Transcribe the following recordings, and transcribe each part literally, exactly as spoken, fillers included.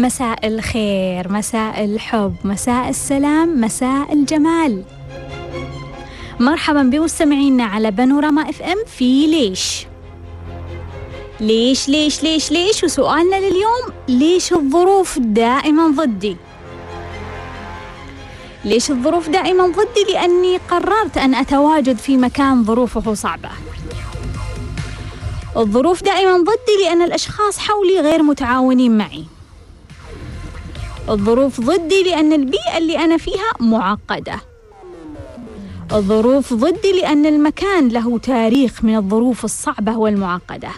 مساء الخير، مساء الحب، مساء السلام، مساء الجمال. مرحبا بمستمعينا على بانوراما اف ام في ليش ليش ليش ليش ليش وسؤالنا لليوم: ليش الظروف دائما ضدي؟ ليش الظروف دائما ضدي؟ لأني قررت أن أتواجد في مكان ظروفه صعبة. الظروف دائما ضدي لأن الأشخاص حولي غير متعاونين معي. الظروف ضدي لأن البيئة اللي أنا فيها معقدة. الظروف ضدي لأن المكان له تاريخ من الظروف الصعبة والمعقدة.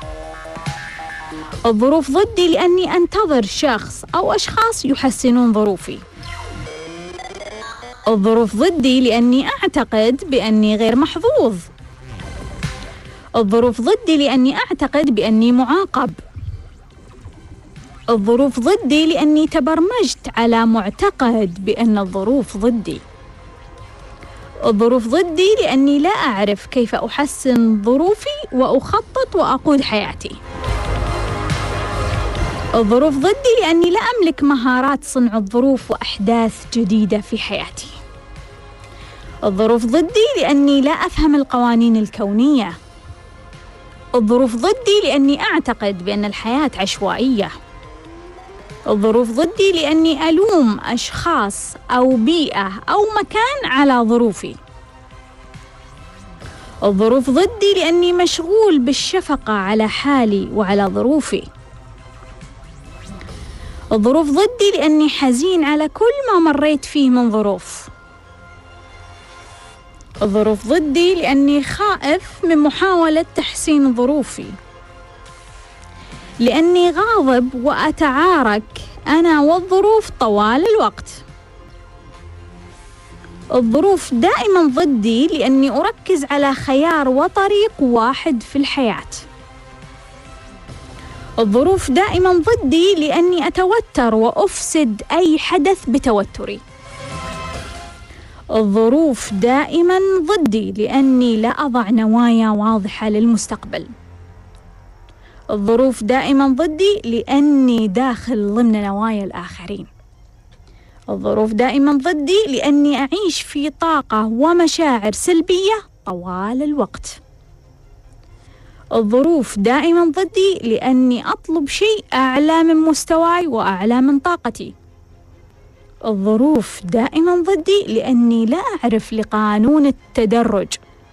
الظروف ضدي لأني أنتظر شخص أو أشخاص يحسنون ظروفي. الظروف ضدي لأني أعتقد بأني غير محظوظ. الظروف ضدي لأني أعتقد بأني معاقب. الظروف ضدي لأني تبرمجت على معتقد بأن الظروف ضدي. الظروف ضدي لأني لا أعرف كيف أحسن ظروفي وأخطط وأقود حياتي. الظروف ضدي لأني لا أملك مهارات صنع الظروف وأحداث جديدة في حياتي. الظروف ضدي لأني لا أفهم القوانين الكونية. الظروف ضدي لأني أعتقد بأن الحياة عشوائية. الظروف ضدي لأني ألوم أشخاص أو بيئة أو مكان على ظروفي. الظروف ضدي لأني مشغول بالشفقة على حالي وعلى ظروفي. الظروف ضدي لأني حزين على كل ما مريت فيه من ظروف. الظروف ضدي لأني خائف من محاولة تحسين ظروفي. لأني غاضب وأتعارك أنا والظروف طوال الوقت. الظروف دائما ضدي لأني أركز على خيار وطريق واحد في الحياة. الظروف دائما ضدي لأني أتوتر وأفسد أي حدث بتوتري. الظروف دائما ضدي لأني لا أضع نوايا واضحة للمستقبل. الظروف دائما ضدي لأني داخل ضمن نوايا الآخرين. الظروف دائما ضدي لأني أعيش في طاقة ومشاعر سلبية طوال الوقت. الظروف دائما ضدي لأني أطلب شيء أعلى من مستواي وأعلى من طاقتي. الظروف دائما ضدي لأني لا أعرف لقانون التدرج.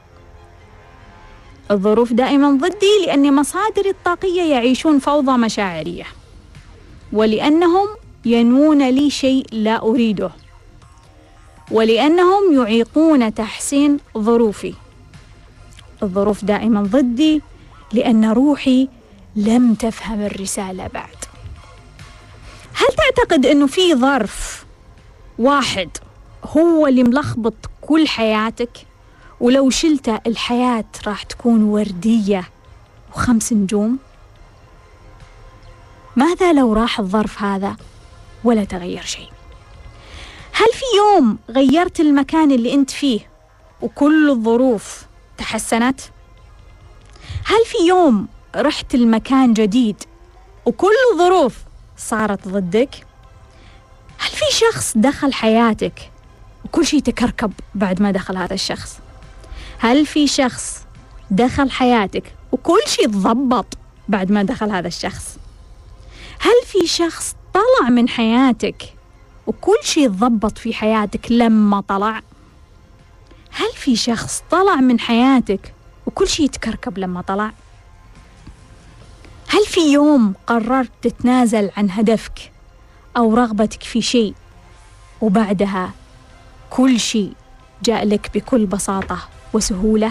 الظروف دائما ضدي لأن مصادري الطاقية يعيشون فوضى مشاعرية، ولأنهم ينوون لي شيء لا أريده، ولأنهم يعيقون تحسين ظروفي. الظروف دائما ضدي لأن روحي لم تفهم الرسالة بعد. هل تعتقد أنه في ظرف واحد هو اللي ملخبط كل حياتك، ولو شلته الحياة راح تكون وردية وخمس نجوم؟ ماذا لو راح الظرف هذا ولا تغير شيء؟ هل في يوم غيرت المكان اللي أنت فيه وكل الظروف تحسنت؟ هل في يوم رحت المكان جديد وكل الظروف صارت ضدك؟ هل في شخص دخل حياتك وكل شيء تكركب بعد ما دخل هذا الشخص؟ هل في شخص دخل حياتك وكل شيء تضبط بعد ما دخل هذا الشخص؟ هل في شخص طلع من حياتك وكل شيء تضبط في حياتك لما طلع؟ هل في شخص طلع من حياتك وكل شيء تكركب لما طلع؟ هل في يوم قررت تتنازل عن هدفك أو رغبتك في شيء وبعدها كل شيء جاء لك بكل بساطة وسهولة؟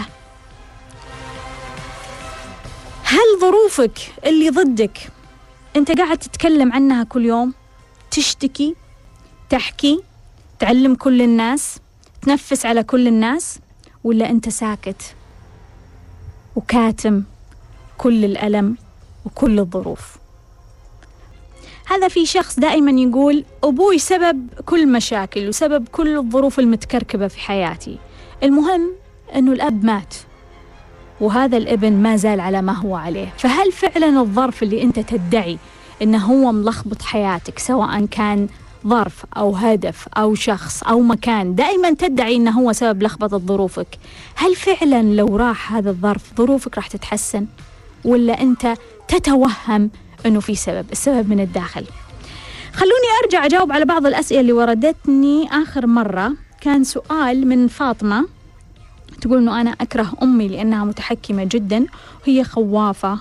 هل ظروفك اللي ضدك أنت قاعد تتكلم عنها كل يوم، تشتكي، تحكي، تعلم كل الناس، تنفس على كل الناس، ولا أنت ساكت وكاتم كل الألم وكل الظروف؟ هذا في شخص دائما يقول أبوي سبب كل مشاكل وسبب كل الظروف المتكركبة في حياتي. المهم أنه الأب مات وهذا الابن ما زال على ما هو عليه. فهل فعلا الظرف اللي أنت تدعي إنه هو ملخبط حياتك، سواء كان ظرف أو هدف أو شخص أو مكان، دائما تدعي إنه هو سبب لخبطة ظروفك. هل فعلا لو راح هذا الظرف ظروفك راح تتحسن، ولا أنت تتوهم إنه في سبب، السبب من الداخل؟ خلوني أرجع أجاوب على بعض الأسئلة اللي وردتني آخر مرة. كان سؤال من فاطمة تقول إنه أنا أكره أمي لأنها متحكمة جدا وهي خوافة،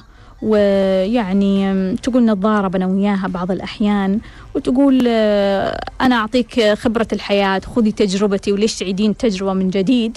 ويعني تقول نتضارب أنا وياها بعض الأحيان، وتقول أنا أعطيك خبرة الحياة خذي تجربتي وليش تعيدين التجربة من جديد.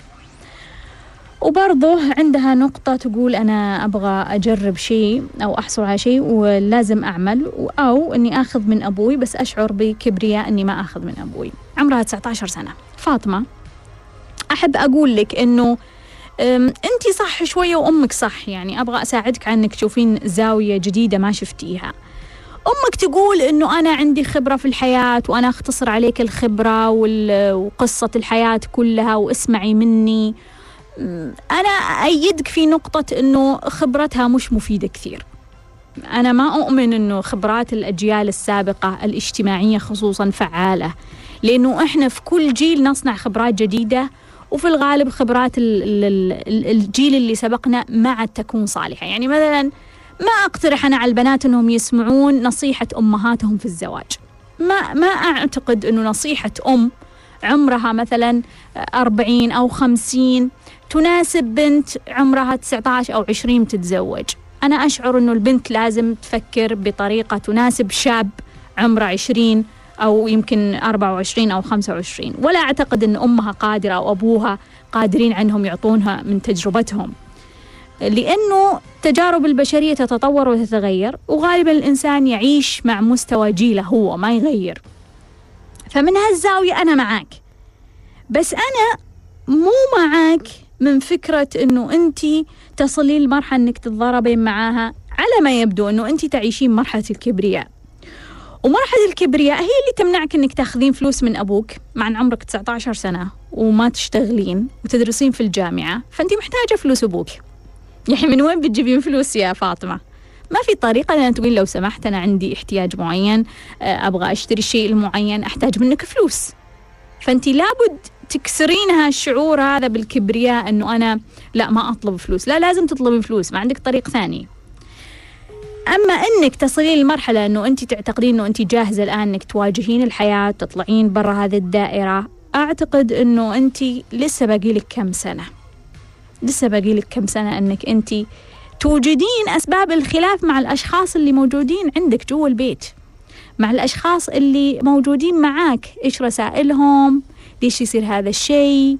وبرضه عندها نقطة تقول أنا أبغى أجرب شيء أو أحصل على شيء ولازم أعمل، أو أني أخذ من أبوي بس أشعر بكبرياء أني ما أخذ من أبوي. عمرها تسعة عشر سنة. فاطمة، أحب أقول لك أنه أنتي صح شوية وأمك صح، يعني أبغى أساعدك على أنك تشوفين زاوية جديدة ما شفتيها. أمك تقول أنه أنا عندي خبرة في الحياة وأنا أختصر عليك الخبرة وقصة الحياة كلها واسمعي مني. أنا أيدك في نقطة أنه خبرتها مش مفيدة كثير. أنا ما أؤمن أنه خبرات الأجيال السابقة الاجتماعية خصوصا فعالة، لأنه إحنا في كل جيل نصنع خبرات جديدة، وفي الغالب خبرات الجيل اللي سبقنا ما عاد تكون صالحة. يعني مثلا ما أقترح أنا على البنات أنهم يسمعون نصيحة أمهاتهم في الزواج. ما ما أعتقد أنه نصيحة أم عمرها مثلا أربعين أو خمسين تناسب بنت عمرها تسعة عشر أو عشرين تتزوج. أنا أشعر أنه البنت لازم تفكر بطريقة تناسب شاب عمره عشرين أو يمكن أربعة وعشرين أو خمسة وعشرين، ولا أعتقد أن أمها قادرة أو أبوها قادرين عنهم يعطونها من تجربتهم، لأنه تجارب البشرية تتطور وتتغير، وغالبا الإنسان يعيش مع مستوى جيله هو ما يغير. فمن هالزاوية أنا معاك، بس أنا مو معاك من فكرة أنه أنت تصلين لمرحلة أنك تتضاربين معاها. على ما يبدو أنه أنت تعيشين مرحلة الكبرياء، ومرحلة الكبرياء هي اللي تمنعك أنك تاخذين فلوس من أبوك مع أن عمرك تسعة عشر سنة وما تشتغلين وتدرسين في الجامعة، فأنت محتاجة فلوس أبوك. يعني من وين بتجيبين فلوس يا فاطمة؟ ما في طريقة أن تقولين لو سمحت أنا عندي احتياج معين، أبغى أشتري الشيء المعين، أحتاج منك فلوس. فأنت لابد تكسرين هالشعور هذا بالكبرياء أنه أنا لا ما أطلب فلوس. لا، لازم تطلبين فلوس، ما عندك طريق ثاني. أما أنك تصلين لمرحلة أنه أنت تعتقدين أنه أنت جاهزة الآن أنك تواجهين الحياة، تطلعين برا هذه الدائرة، أعتقد أنه أنت لسه باقي لك كم سنة، لسه باقي لك كم سنة أنك أنت توجدين أسباب الخلاف مع الأشخاص اللي موجودين عندك جوا البيت، مع الأشخاص اللي موجودين معاك. إيش رسائلهم؟ ليش يصير هذا الشيء؟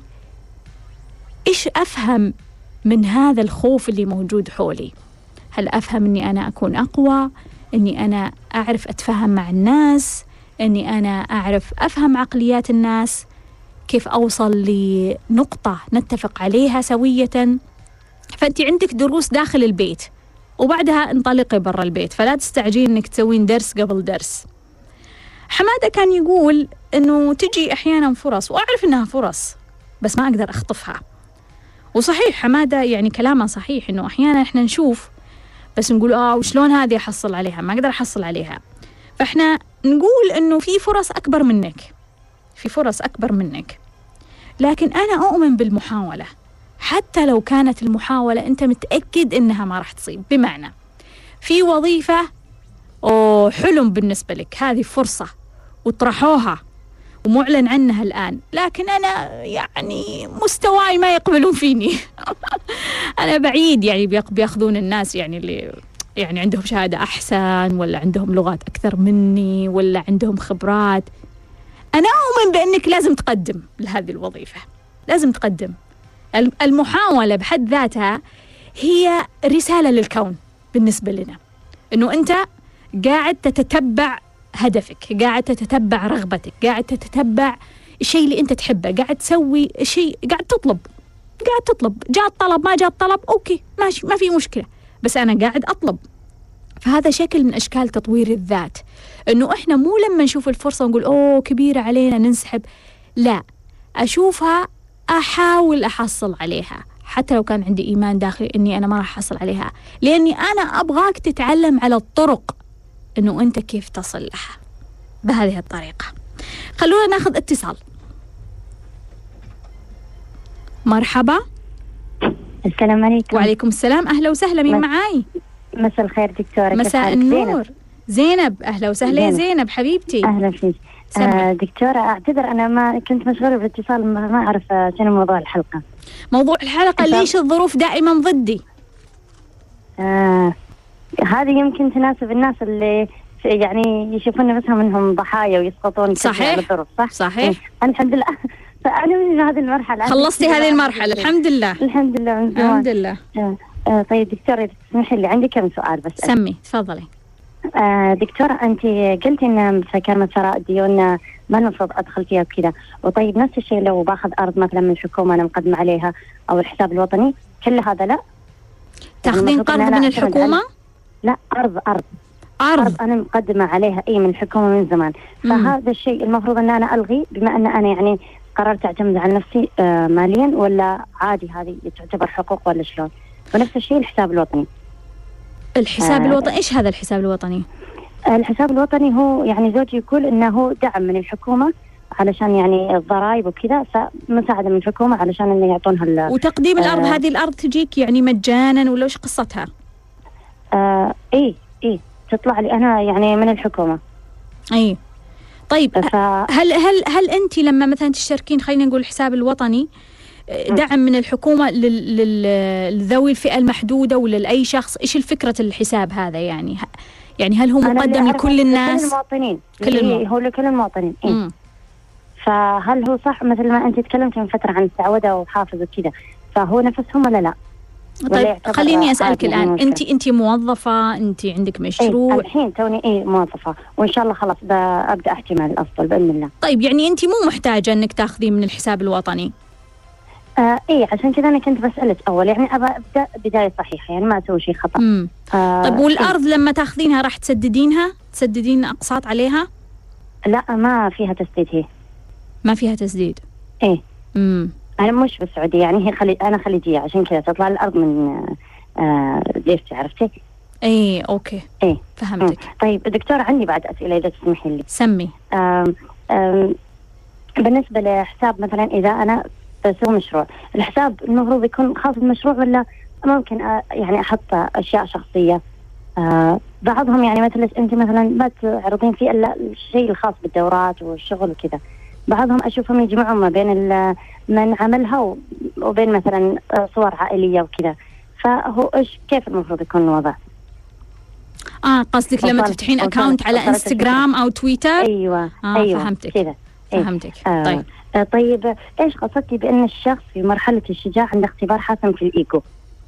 إيش أفهم من هذا الخوف اللي موجود حولي؟ هل أفهم أني أنا أكون أقوى؟ أني أنا أعرف أتفهم مع الناس؟ أني أنا أعرف أفهم عقليات الناس؟ كيف أوصل لنقطة نتفق عليها سوية؟ فأنت عندك دروس داخل البيت، وبعدها انطلقي برا البيت، فلا تستعجين أنك تسوين درس قبل درس. حمادة كان يقول أنه تجي أحيانا فرص، وأعرف أنها فرص بس ما أقدر أخطفها. وصحيح حمادة يعني كلامه صحيح، أنه أحيانا إحنا نشوف بس نقول آه وشلون هذه أحصل عليها، ما أقدر أحصل عليها. فإحنا نقول أنه في فرص أكبر منك، في فرص أكبر منك، لكن أنا أؤمن بالمحاولة. حتى لو كانت المحاولة أنت متأكد أنها ما راح تصيب. بمعنى في وظيفة أو حلم بالنسبة لك، هذه فرصة وطرحوها ومعلن عنها الآن، لكن أنا يعني مستواي ما يقبلون فيني أنا بعيد، يعني بياخذون الناس يعني اللي يعني عندهم شهادة أحسن، ولا عندهم لغات أكثر مني، ولا عندهم خبرات. أنا أؤمن بأنك لازم تقدم لهذه الوظيفة، لازم تقدم. المحاولة بحد ذاتها هي رسالة للكون بالنسبة لنا، أنه أنت قاعد تتتبع هدفك، قاعد تتتبع رغبتك، قاعد تتتبع الشيء اللي أنت تحبه، قاعد تسوي شيء، قاعد تطلب، قاعد تطلب. جاء الطلب ما جاء الطلب أوكي ماشي، ما في مشكلة، بس أنا قاعد أطلب. فهذا شكل من أشكال تطوير الذات، أنه إحنا مو لما نشوف الفرصة ونقول أوه كبيرة علينا ننسحب، لا، أشوفها أحاول أحصل عليها، حتى لو كان عندي إيمان داخلي أني أنا ما راح أحصل عليها، لأني أنا أبغاك تتعلم على الطرق أنه أنت كيف تصل لها بهذه الطريقة. خلونا ناخذ اتصال. مرحبا. السلام عليكم. وعليكم السلام، أهلا وسهلا، مين معاي؟ مساء الخير دكتورة. مساء النور. زينب. زينب، أهلا وسهلا يا زينب حبيبتي. أهلا فيك. آه دكتورة أعتذر أنا ما كنت مشغولة بالاتصال، ما أعرف شنو موضوع الحلقة. موضوع الحلقة ليش الظروف دائما ضدي؟ آه هذه يمكن تناسب الناس اللي يعني يشوفون نفسهم منهم ضحايا ويسقطون. صحيح الظروف صح؟ صحيح. أنا الحمد لله فأنا من هذه المرحلة. خلصتي هذه المرحلة الحمد لله. الحمد لله من زمان. الحمد لله. آه آه طيب دكتورة تسمحي لي عندي كم سؤال بس. سمي تفضلي. آه دكتورة أنت قلتي إن في كلمة ثراء الديون ما المفروض أدخل فيها وكذا، وطيب نفس الشيء لو باخذ أرض مثلا من الحكومة أنا مقدمة عليها أو الحساب الوطني كل هذا لا؟ تاخذين قرض من الحكومة؟ لا أرض أرض أرض, أرض أنا مقدمة عليها أي من الحكومة من زمان. فهذا الشيء المفروض أن أنا ألغي بما أن أنا يعني قررت أعتمد على نفسي آه ماليا، ولا عادي هذه تعتبر حقوق ولا شلون؟ ونفس الشيء الحساب الوطني. الحساب آه الوطني إيش هذا الحساب الوطني؟ الحساب الوطني هو يعني زوجي يقول انه هو دعم من الحكومة علشان يعني الضرائب وكذا، فمساعدة من الحكومة علشان انه يعطونها. وتقديم الارض آه هذه الارض تجيك يعني مجانا ولا ايش قصتها؟ آه اي اي تطلع لي انا يعني من الحكومة. اي طيب ف... هل هل هل انت لما مثلا تشتركين خلينا نقول الحساب الوطني دعم من الحكومة للذوي الفئة المحدودة ولا لأي شخص، ايش الفكرة الحساب هذا يعني؟ يعني هل هو مقدم لكل الناس؟ كل المواطنين. كل المواطنين. هو لكل المواطنين. إيه؟ فهل هو صح مثل ما أنت تكلمت من فترة عن السعودة وحافظ وكذا، فهو نفسهم ولا لا؟ طيب خليني أسألك الآن، أنت أنت موظفة، أنت عندك مشروع؟ إيه الحين توني إيه موظفة، وإن شاء الله خلاص أبدأ أحتمال الأفضل بإذن الله. طيب يعني أنت مو محتاجة إنك تاخذين من الحساب الوطني؟ آه إيه عشان كذا أنا كنت بسألك أول، يعني أبى أبدأ بداية صحيحة يعني ما أسوي شيء خطأ. آه طيب والأرض إيه؟ لما تاخذينها راح تسددينها؟ تسددين أقساط عليها؟ لا ما فيها تسديد. هي ما فيها تسديد؟ إيه. امم أنا مش بالسعودية يعني هي خلي... أنا خليجية عشان كذا تطلع الأرض من آه جيفتي عرفتي؟ إيه أوكي. إيه فهمتك. مم. طيب دكتورة عندي بعد أسئلة إذا تسمحي لي. سمي. آم آم بالنسبة لحساب مثلا إذا أنا بسوي مشروع، الحساب المفروض يكون خاص بالمشروع ولا ممكن يعني أحط أشياء شخصية؟ آه بعضهم يعني مثلا أنت مثلا ما تعرضين فيه إلا الشيء الخاص بالدورات والشغل وكذا، بعضهم أشوفهم يجمعون ما بين من عملها وبين مثلا صور عائلية وكذا، فهو إيش كيف المفروض يكون الوضع؟ آه قصدك لما تفتحين أكاونت على إنستغرام أو تويتر؟ أيوة آه أيوة فهمتك كذا. فهمتك. آه طيب آه طيب إيش قصدتي بأن الشخص في مرحلة الشجاع عند اختبار حاسم في الإيجو؟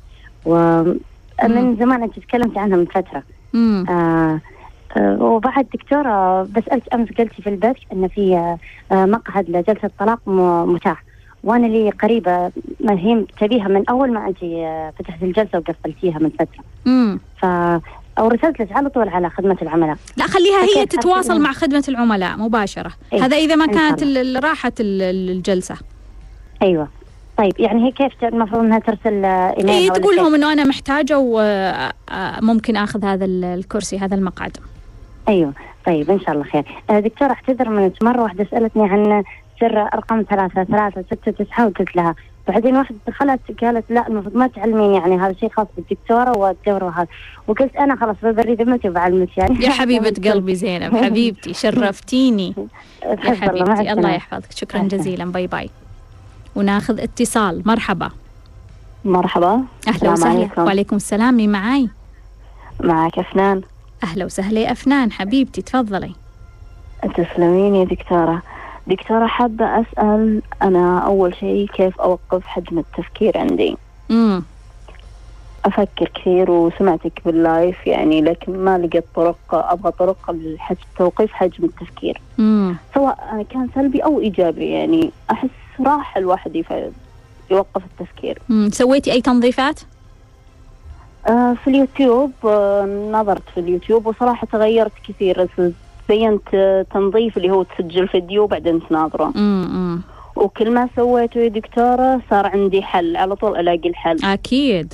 ومن زمان أنت تكلمتي عنها من فترة. آه آه وبعد دكتورة بسألك أمس قلتي في البث أن في آه مقعد لجلسة طلاق متاح، وأنا لي قريبة مهيم تبيها من أول ما أنت آه فتحت الجلسة وقفلتيها من فترة. امم ف أو رسلت لك على طول على خدمة العملاء. لا خليها هي تتواصل مع خدمة العملاء مباشرة. إيه؟ هذا إذا ما كانت راحة الجلسة. أيوة طيب يعني هي كيف المفروض أنها ترسل إيميل؟ إيه تقول لهم إنه أنا محتاجة وممكن أخذ هذا الكرسي هذا المقعد. أيوة طيب إن شاء الله خير. آه دكتور أعتذر من مرة واحدة سألتني عن سر أرقام ثلاثة ثلاثة ستة تسعة وقلت لها، بعدين واحدة دخلت قالت لا المفروض ما تعلمين يعني هذا شيء خاص بالدكتورة والدورة وهذا، وقلت أنا خلاص ببري ذمتي وبعلمك يعني. يا حبيبة قلبي زينب حبيبتي شرفتيني يا حبيبتي الله يحفظك. شكرا جزيلا باي باي. وناخذ اتصال. مرحبا. مرحبا. أهلا وسهلا. وعليكم السلام. مين معاي؟ معك أفنان. أهلا وسهلا يا أفنان حبيبتي تفضلي. تسلمين يا دكتورة. دكتورة حابة أسأل أنا أول شيء كيف أوقف حجم التفكير عندي؟ امم أفكر كثير وسمعتك باللايف يعني لكن ما لقيت طرق، أبغى طرق لتوقيف حجم التفكير امم سواء كان سلبي أو إيجابي، يعني أحس راحة الواحد يوقف التفكير. امم سويتي أي تنظيفات؟ آه في اليوتيوب آه نظرت في اليوتيوب وصراحة تغيرت كثير، بينت تنظيف اللي هو تسجل فيديو بعدين تناظره. امم وكل ما سويته يا دكتورة صار عندي حل على طول، ألاقي الحل. أكيد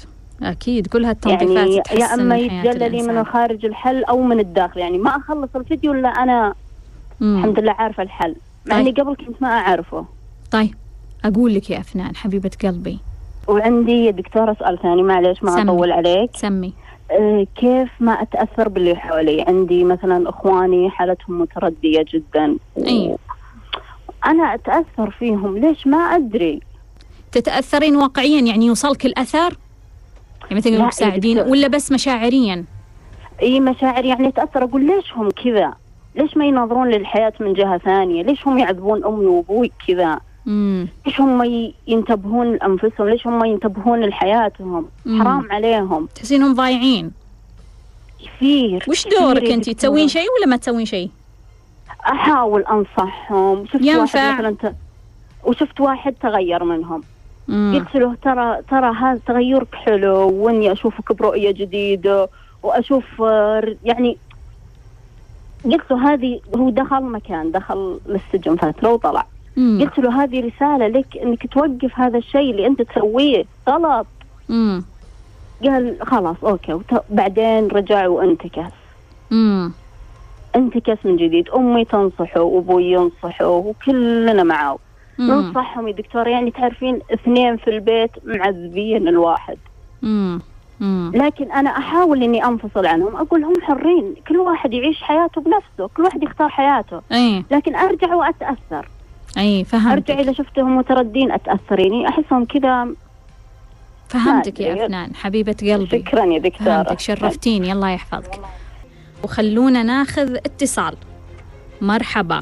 أكيد كل هالتنظيفات يعني تحسن يا أما من حياة يتجلى لي الإنسان. من الخارج الحل أو من الداخل، يعني ما أخلص الفيديو إلا أنا مم. الحمد لله عارفة الحل، مع طيب. إني قبل كنت ما أعرفه. طيب أقول لك يا أفنان حبيبة قلبي، وعندي دكتورة سؤال ثاني، معليش ما سمي. أطول عليك. سمي. أه كيف ما أتأثر باللي حولي؟ عندي مثلا إخواني حالتهم متردية جدا و... أي. أنا أتأثر فيهم، ليش ما أدري. تتأثرين واقعيا، يعني يوصلك الأثر؟ يعني مثلا يقولك ساعدين ولا بس مشاعريا؟ اي مشاعر، يعني اتاثر اقول ليش هم كذا؟ ليش ما ينظرون للحياه من جهه ثانيه؟ ليش هم يعذبون امي وابوي كذا؟ امم ليش هم ينتبهون لانفسهم؟ ليش هم ينتبهون لحياتهم؟ حرام عليهم. تحسينهم ضايعين؟ كثير. وش دورك انت؟ تسوين شيء ولا ما تسوين شيء؟ احاول انصحهم. شفت ينفع. واحد مثلا ت... وشفت واحد تغير منهم. مم. قلت له ترى ترى هذا تغيرك حلو، واني اشوفك برؤيه جديده واشوف يعني. قلت له هذه، هو دخل مكان، دخل للسجن فترة وطلع. مم. قلت له هذه رسالة لك انك توقف هذا الشيء اللي انت تسويه غلط. مم. قال خلاص اوكي. وت... بعدين رجع وانتكس. مم. انتكس من جديد. امي تنصحه وابوي ينصحه وكلنا معه ننصحهم. يا دكتور يعني تعرفين اثنين في البيت معذبين الواحد. مم. مم. لكن أنا أحاول إني أنفصل عنهم، أقول هم حرين، كل واحد يعيش حياته بنفسه، كل واحد يختار حياته. أي. لكن أرجع وأتأثر. أي فهمتك. أرجع إذا شفتهم متردين أتأثريني، أحسهم كذا. فهمتك يا أفنان حبيبة قلبي. شكرا يا دكتورة. فهمتك، شرفتيني، الله يحفظك. وخلونا ناخذ اتصال. مرحبا.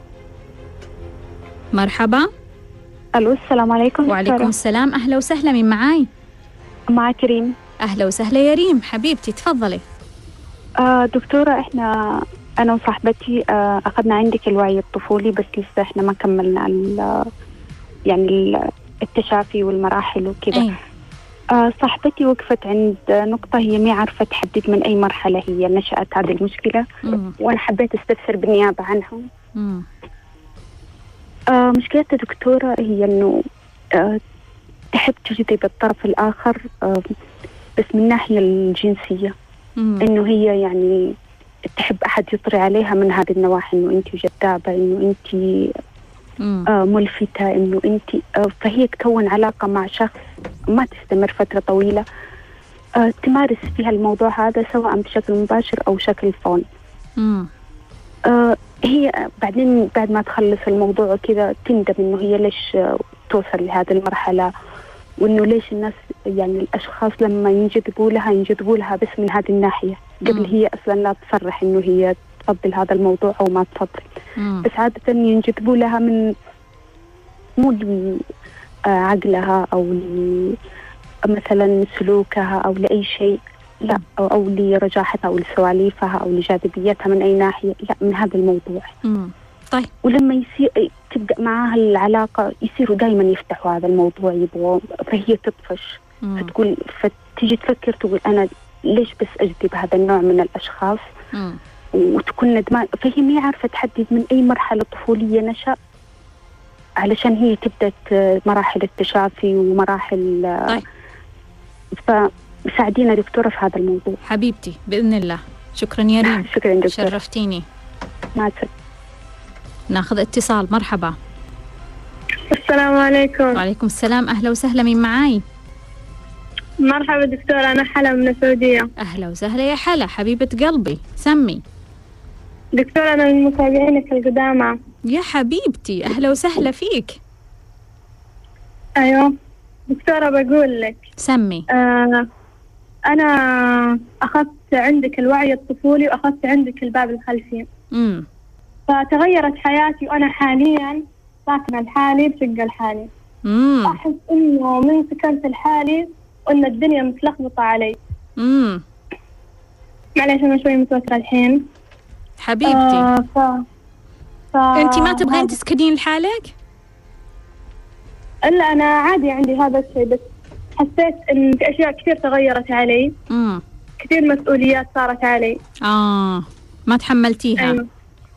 مرحبا. ألو السلام عليكم. وعليكم دكتورة. السلام، أهلا وسهلا، من معاي؟ معك ريم. أهلا وسهلا يا ريم حبيبتي، تفضلي. آه دكتورة، إحنا أنا وصاحبتي آه أخذنا عندك الوعي الطفولي، بس لسه إحنا ما كملنا ال يعني التشافي والمراحل وكذا. أي. آه صاحبتي وقفت عند نقطة هي ما عارفة تحدد من أي مرحلة هي نشأت هذه المشكلة. مم. وأنا حبيت أستفسر بالنيابة عنهم. مم. آه مشكلتها دكتورة هي إنه آه تحب تجذب الطرف الآخر آه بس من الناحية الجنسية. مم. إنه هي يعني تحب أحد يطري عليها من هذه النواحي، إنه أنت جذابة، إنه أنت آه ملفتة، إنه أنت آه فهي تكون علاقة مع شخص ما تستمر فترة طويلة. آه تمارس فيها الموضوع هذا سواء بشكل مباشر أو شكل فون. مم. آه هي بعدين بعد ما تخلص الموضوع وكذا تندم إنه هي ليش آه توصل لهذه المرحلة، وإنه ليش الناس يعني الأشخاص لما ينجذبوا لها ينجذبوا لها بس من هذه الناحية قبل. مم. هي أصلا لا تصرح إنه هي تفضل هذا الموضوع أو ما تفضل. مم. بس عادة ينجذبوا لها من مو لعقلها أو مثلا سلوكها أو لأي شيء، لا، أو, أو لرجاحتها أو لسواليفها أو لجاذبيتها من أي ناحية، لا، من هذا الموضوع. مم. طيب. ولما يصير تبدأ معها العلاقة يصيروا دائما يفتحوا هذا الموضوع يبغوا، فهي تطفش. مم. فتقول فتيجي تفكر تقول أنا ليش بس أجذب هذا النوع من الأشخاص. مم. وتكون ندمان، فهي ما عارفة تحدد من أي مرحلة طفولية نشأ علشان هي تبدأ مراحل التشافي ومراحل. طيب. فساعدينا دكتورة في هذا الموضوع حبيبتي بإذن الله. شكرا يا ريم. شكرا دكتورة، شرفتيني. مع السلامة. ناخذ اتصال. مرحبا. السلام عليكم. وعليكم السلام، أهلا وسهلا، من معاي؟ مرحبا دكتورة، أنا حلا من السعودية. أهلا وسهلا يا حلا حبيبة قلبي، سمي. دكتورة أنا من متابعينك القدامى. يا حبيبتي أهلا وسهلا فيك. أيوة دكتورة، بقول لك سمي. آه أنا أخذت عندك الوعي الطفولي وأخذت عندك الباب الخلفي. امم فتغيرت حياتي، وأنا حاليا ساكنة لحالي بشقة لحالي. امم أحس إنه من سكنت لحالي وإن الدنيا متلخبطة علي. امم معليش أنا شوي متوترة الحين حبيبتي. آه ف... ف... أنت ما تبغين تسكنين لحالك؟ إلا أنا عادي عندي هذا الشيء، بس حسيت إن في أشياء كثير تغيرت علي. امم كثير مسؤوليات صارت علي. آه ما تحملتيها. أيوة.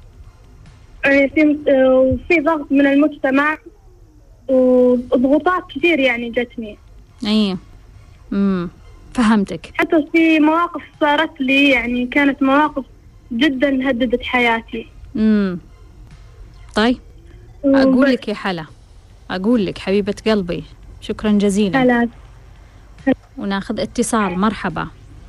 في وفي ضغط من المجتمع وضغوطات كثير يعني جتني. أيه. امم فهمتك. حتى في مواقف صارت لي يعني كانت مواقف جدا هددت حياتي. امم طيب أقول لك يا حلا، أقول لك حبيبة قلبي شكرا جزيلا. هلا. وناخذ اتصال. مرحبا.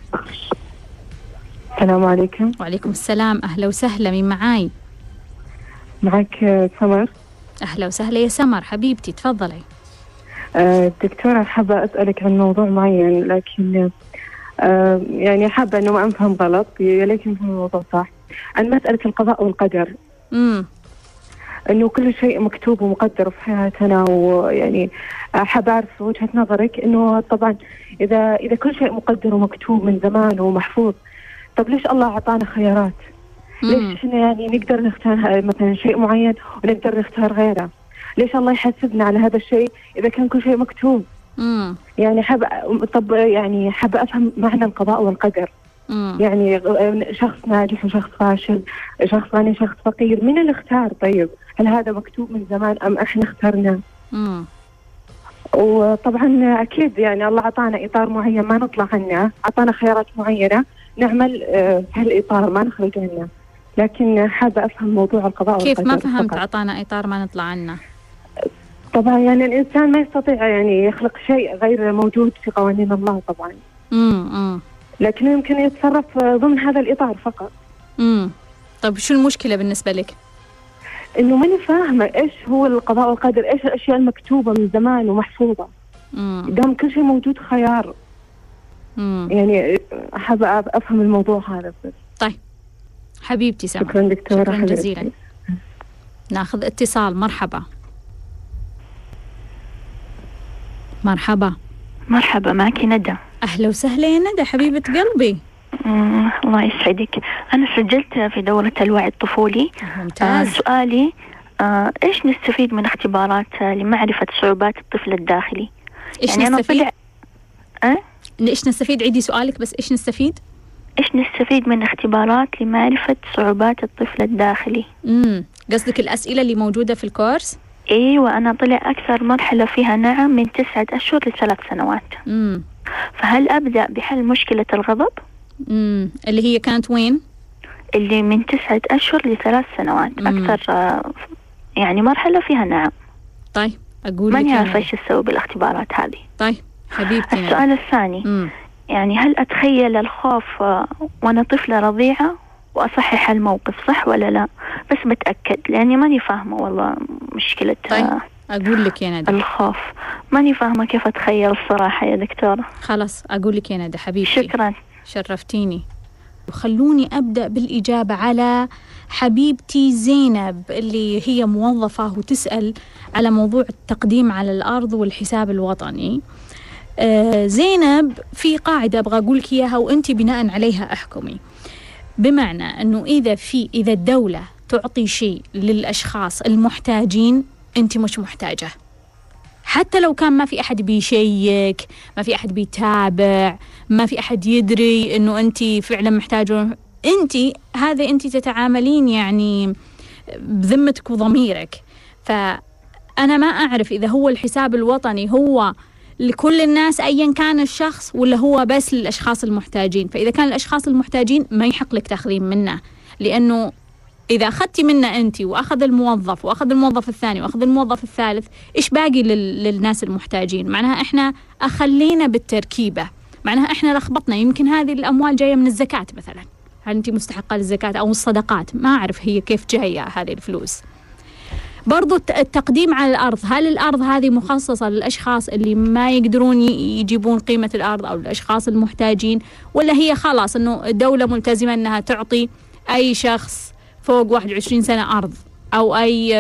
السلام عليكم. وعليكم السلام، أهلا وسهلا. مين معاي؟ معك سمر. أهلا وسهلا يا سمر حبيبتي، تفضلي. أه دكتورة، حابة أسألك عن موضوع معين، لكن أه يعني حابة أنه ما أفهم غلط، يا ليت نفهم الموضوع صح. عن مسألة القضاء والقدر. امم أنه كل شيء مكتوب ومقدر في حياتنا، ويعني حابة أعرف وجهة نظرك أنه طبعا إذا إذا كل شيء مقدر ومكتوب من زمان ومحفوظ، طب ليش الله أعطانا خيارات؟ ليش إحنا يعني نقدر نختار مثلا شيء معين ونقدر نختار غيره؟ ليش الله يحاسبنا على هذا الشيء إذا كان كل شيء مكتوب؟ امم يعني حابة طب يعني حابة أفهم معنى القضاء والقدر. مم. يعني شخص ناجح وشخص فاشل، شخص غني شخص فقير، من اللي اختار؟ طيب هل هذا مكتوب من زمان أم إحنا اخترنا؟ امم وطبعا أكيد يعني الله أعطانا إطار معين ما نطلع عنه، أعطانا خيارات معينة نعمل في هالإطار ما نخرج عنه، لكن حابة أفهم موضوع القضاء والقدر. كيف ما فهمت؟ أعطانا إطار ما نطلع عنه. طبعا يعني الإنسان ما يستطيع يعني يخلق شيء غير موجود في قوانين الله طبعا. امم لكن يمكن يتصرف ضمن هذا الإطار فقط. امم طيب شو المشكلة بالنسبة لك؟ إنه ماني فاهمة إيش هو القضاء والقدر، إيش الأشياء المكتوبة من زمان ومحفوظة. امم دام كل شيء موجود خيار. امم يعني حابة أفهم الموضوع هذا بس. طيب حبيبتي سمر، شكرا دكتورة. شكرا جزيلا. ناخذ اتصال. مرحبا. مرحبا. مرحبا، معك ندى. أهلا وسهلا يا ندى حبيبة قلبي. مم. الله يسعدك. أنا سجلت في دورة الوعي الطفولي. ممتاز. آه سؤالي آه إيش نستفيد من اختبارات لمعرفة صعوبات الطفل الداخلي؟ إيش يعني نستفيد؟ أنا طلع... أه؟ إيش نستفيد؟ عيدي سؤالك بس. إيش نستفيد؟ إيش نستفيد من اختبارات لمعرفة صعوبات الطفل الداخلي؟ امم قصدك الأسئلة اللي موجودة في الكورس؟ ايوه، انا طلع اكثر مرحله فيها نعم من تسعة اشهر لثلاث سنوات. امم فهل ابدا بحل مشكله الغضب؟ امم اللي هي كانت وين؟ اللي من تسعة اشهر لثلاث سنوات. مم. اكثر آه يعني مرحله فيها نعم. طيب اقول ماني عارفه ايش اسوي بالاختبارات هذه. طيب حبيبتي. السؤال الثاني، مم. يعني هل اتخيل الخوف آه وانا طفله رضيعه واصحح الموقف صح ولا لا؟ بس بتاكد لاني ماني فاهمه والله مشكله. طيب اقول لك يا ندى، الخوف ماني فاهمه كيف اتخيل الصراحه يا دكتوره. خلاص اقول لك يا ندى حبيبتي. شكرا، شرفتيني. وخلوني ابدا بالاجابه على حبيبتي زينب اللي هي موظفه وتسال على موضوع التقديم على الارض والحساب الوطني. آه زينب، في قاعده ابغى اقول لك اياها وانت بناء عليها احكمي. بمعنى أنه إذا في إذا الدولة تعطي شيء للأشخاص المحتاجين، أنت مش محتاجة، حتى لو كان ما في أحد بيشيك، ما في أحد بيتابع، ما في أحد يدري أنه أنت فعلا محتاجة. أنت هذا أنت تتعاملين يعني بذمتك وضميرك. فأنا ما أعرف إذا هو الحساب الوطني هو لكل الناس أيا كان الشخص ولا هو بس للأشخاص المحتاجين. فإذا كان الأشخاص المحتاجين ما يحق لك تاخذين منه، لأنه إذا أخذتي منه أنت وأخذ الموظف وأخذ الموظف الثاني وأخذ الموظف الثالث، إيش باقي لل... للناس المحتاجين؟ معناها إحنا أخلينا بالتركيبة، معناها إحنا لخبطنا. يمكن هذه الأموال جاية من الزكاة مثلا، هل أنت مستحقة للزكاة أو الصدقات؟ ما أعرف هي كيف جاية هذه الفلوس. برضو التقديم على الأرض، هل الأرض هذه مخصصة للأشخاص اللي ما يقدرون يجيبون قيمة الأرض أو الأشخاص المحتاجين، ولا هي خلاص أنه الدولة ملتزمة أنها تعطي أي شخص فوق واحد وعشرين سنة أرض أو أي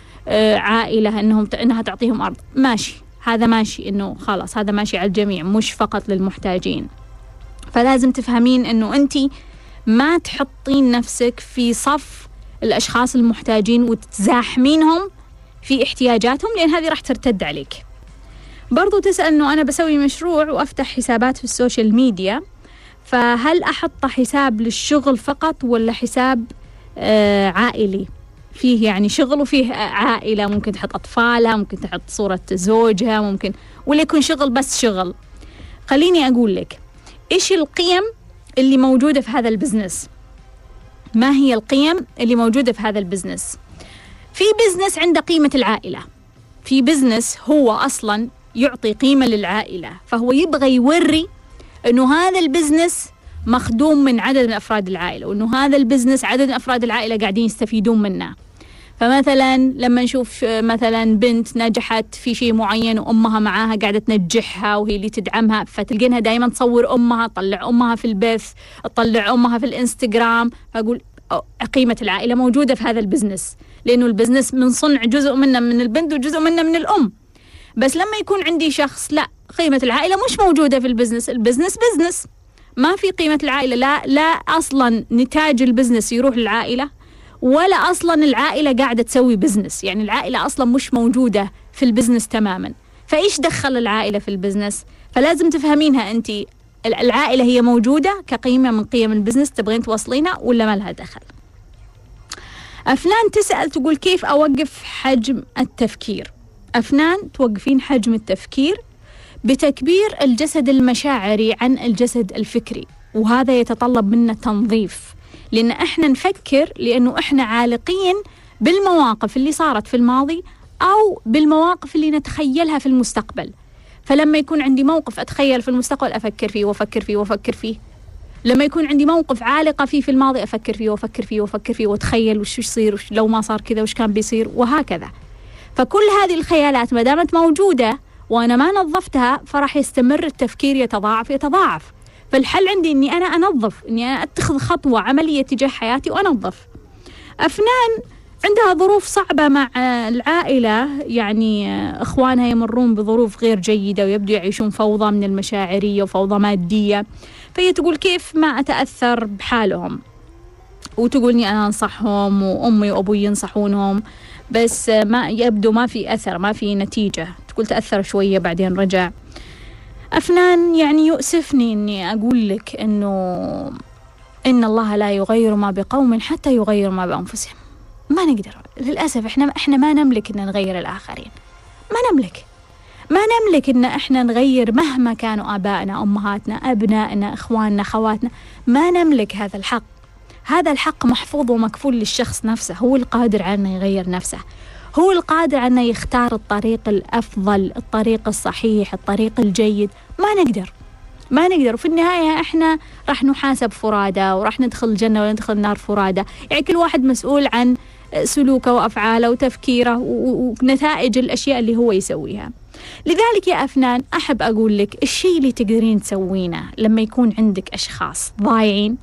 عائلة أنهم أنها تعطيهم أرض؟ ماشي، هذا ماشي، أنه خلاص هذا ماشي على الجميع مش فقط للمحتاجين. فلازم تفهمين أنه أنت ما تحطين نفسك في صف الأشخاص المحتاجين وتزاحمينهم في احتياجاتهم، لأن هذه راح ترتد عليك. برضو تسأل أنه أنا بسوي مشروع وأفتح حسابات في السوشيال ميديا، فهل أحط حساب للشغل فقط ولا حساب آه عائلي فيه يعني شغل وفيه عائلة، ممكن تحط أطفالها، ممكن تحط صورة زوجها، ممكن ولا يكون شغل بس شغل. خليني أقول لك، إيش القيم اللي موجودة في هذا البزنس؟ ما هي القيم اللي موجودة في هذا البزنس؟ في بزنس عنده قيمة العائلة، في بزنس هو أصلاً يعطي قيمة للعائلة، فهو يبغى يوري أنه هذا البزنس مخدوم من عدد من أفراد العائلة، وأنه هذا البزنس عدد من أفراد العائلة قاعدين يستفيدون منه. فمثلا لما نشوف مثلا بنت نجحت في شيء معين وأمها معاها قاعدة تنجحها وهي اللي تدعمها، فتلقينها دائما تصور أمها، تطلع أمها في البث، تطلع أمها في الإنستغرام. فأقول قيمة العائلة موجودة في هذا البزنس، لأنه البزنس من صنع جزء منه من البنت وجزء منه من الأم. بس لما يكون عندي شخص لا، قيمة العائلة مش موجودة في البزنس، البزنس بزنس ما في قيمة العائلة، لا لا أصلا نتاج البزنس يروح للعائلة، ولا أصلا العائلة قاعدة تسوي بزنس، يعني العائلة أصلا مش موجودة في البزنس تماما. فإيش دخل العائلة في البزنس؟ فلازم تفهمينها أنت، العائلة هي موجودة كقيمة من قيم البزنس، تبغين توصلينها ولا ما لها دخل؟ أفنان تسأل تقول كيف أوقف حجم التفكير؟ أفنان توقفين حجم التفكير بتكبير الجسد المشاعري عن الجسد الفكري، وهذا يتطلب منا تنظيف، لأن إحنا نفكر لأنه إحنا عالقين بالمواقف اللي صارت في الماضي أو بالمواقف اللي نتخيلها في المستقبل. فلما يكون عندي موقف أتخيل في المستقبل أفكر فيه وأفكر فيه وأفكر فيه، لما يكون عندي موقف عالقة فيه في الماضي أفكر فيه وأفكر فيه وأفكر فيه وأتخيل وش يصير وش لو ما صار كذا وش كان بيصير وهكذا. فكل هذه الخيالات ما دامت موجودة وأنا ما نظفتها فراح يستمر التفكير يتضاعف يتضاعف. فالحل عندي إني أنا أنظف، إني أنا أتخذ خطوة عملية تجاه حياتي وأنظف. أفنان عندها ظروف صعبة مع العائلة، يعني إخوانها يمرون بظروف غير جيدة ويبدو يعيشون فوضى من المشاعرية وفوضى مادية، فهي تقول كيف ما أتأثر بحالهم، وتقولني أنا أنصحهم وأمي وأبوي ينصحونهم بس ما يبدو ما في أثر، ما في نتيجة. تقول تأثر شوية بعدين رجع. أفنان يعني يؤسفني أني أقول لك أنه إن الله لا يغير ما بقوم حتى يغير ما بأنفسهم. ما نقدر للأسف، إحنا إحنا ما نملك إن نغير الآخرين، ما نملك ما نملك إن إحنا نغير مهما كانوا آبائنا أمهاتنا أبنائنا إخواننا خواتنا، ما نملك هذا الحق. هذا الحق محفوظ ومكفول للشخص نفسه، هو القادر على أنه يغير نفسه، هو القادر على أنه يختار الطريق الأفضل، الطريق الصحيح، الطريق الجيد. ما نقدر ما نقدر وفي النهاية إحنا راح نحاسب فرادة، وراح ندخل الجنة ولا ندخل النار فرادة. يعني كل واحد مسؤول عن سلوكه وأفعاله وتفكيره ونتائج الأشياء اللي هو يسويها. لذلك يا أفنان أحب أقول لك الشيء اللي تقدرين تسوينه لما يكون عندك أشخاص ضايعين،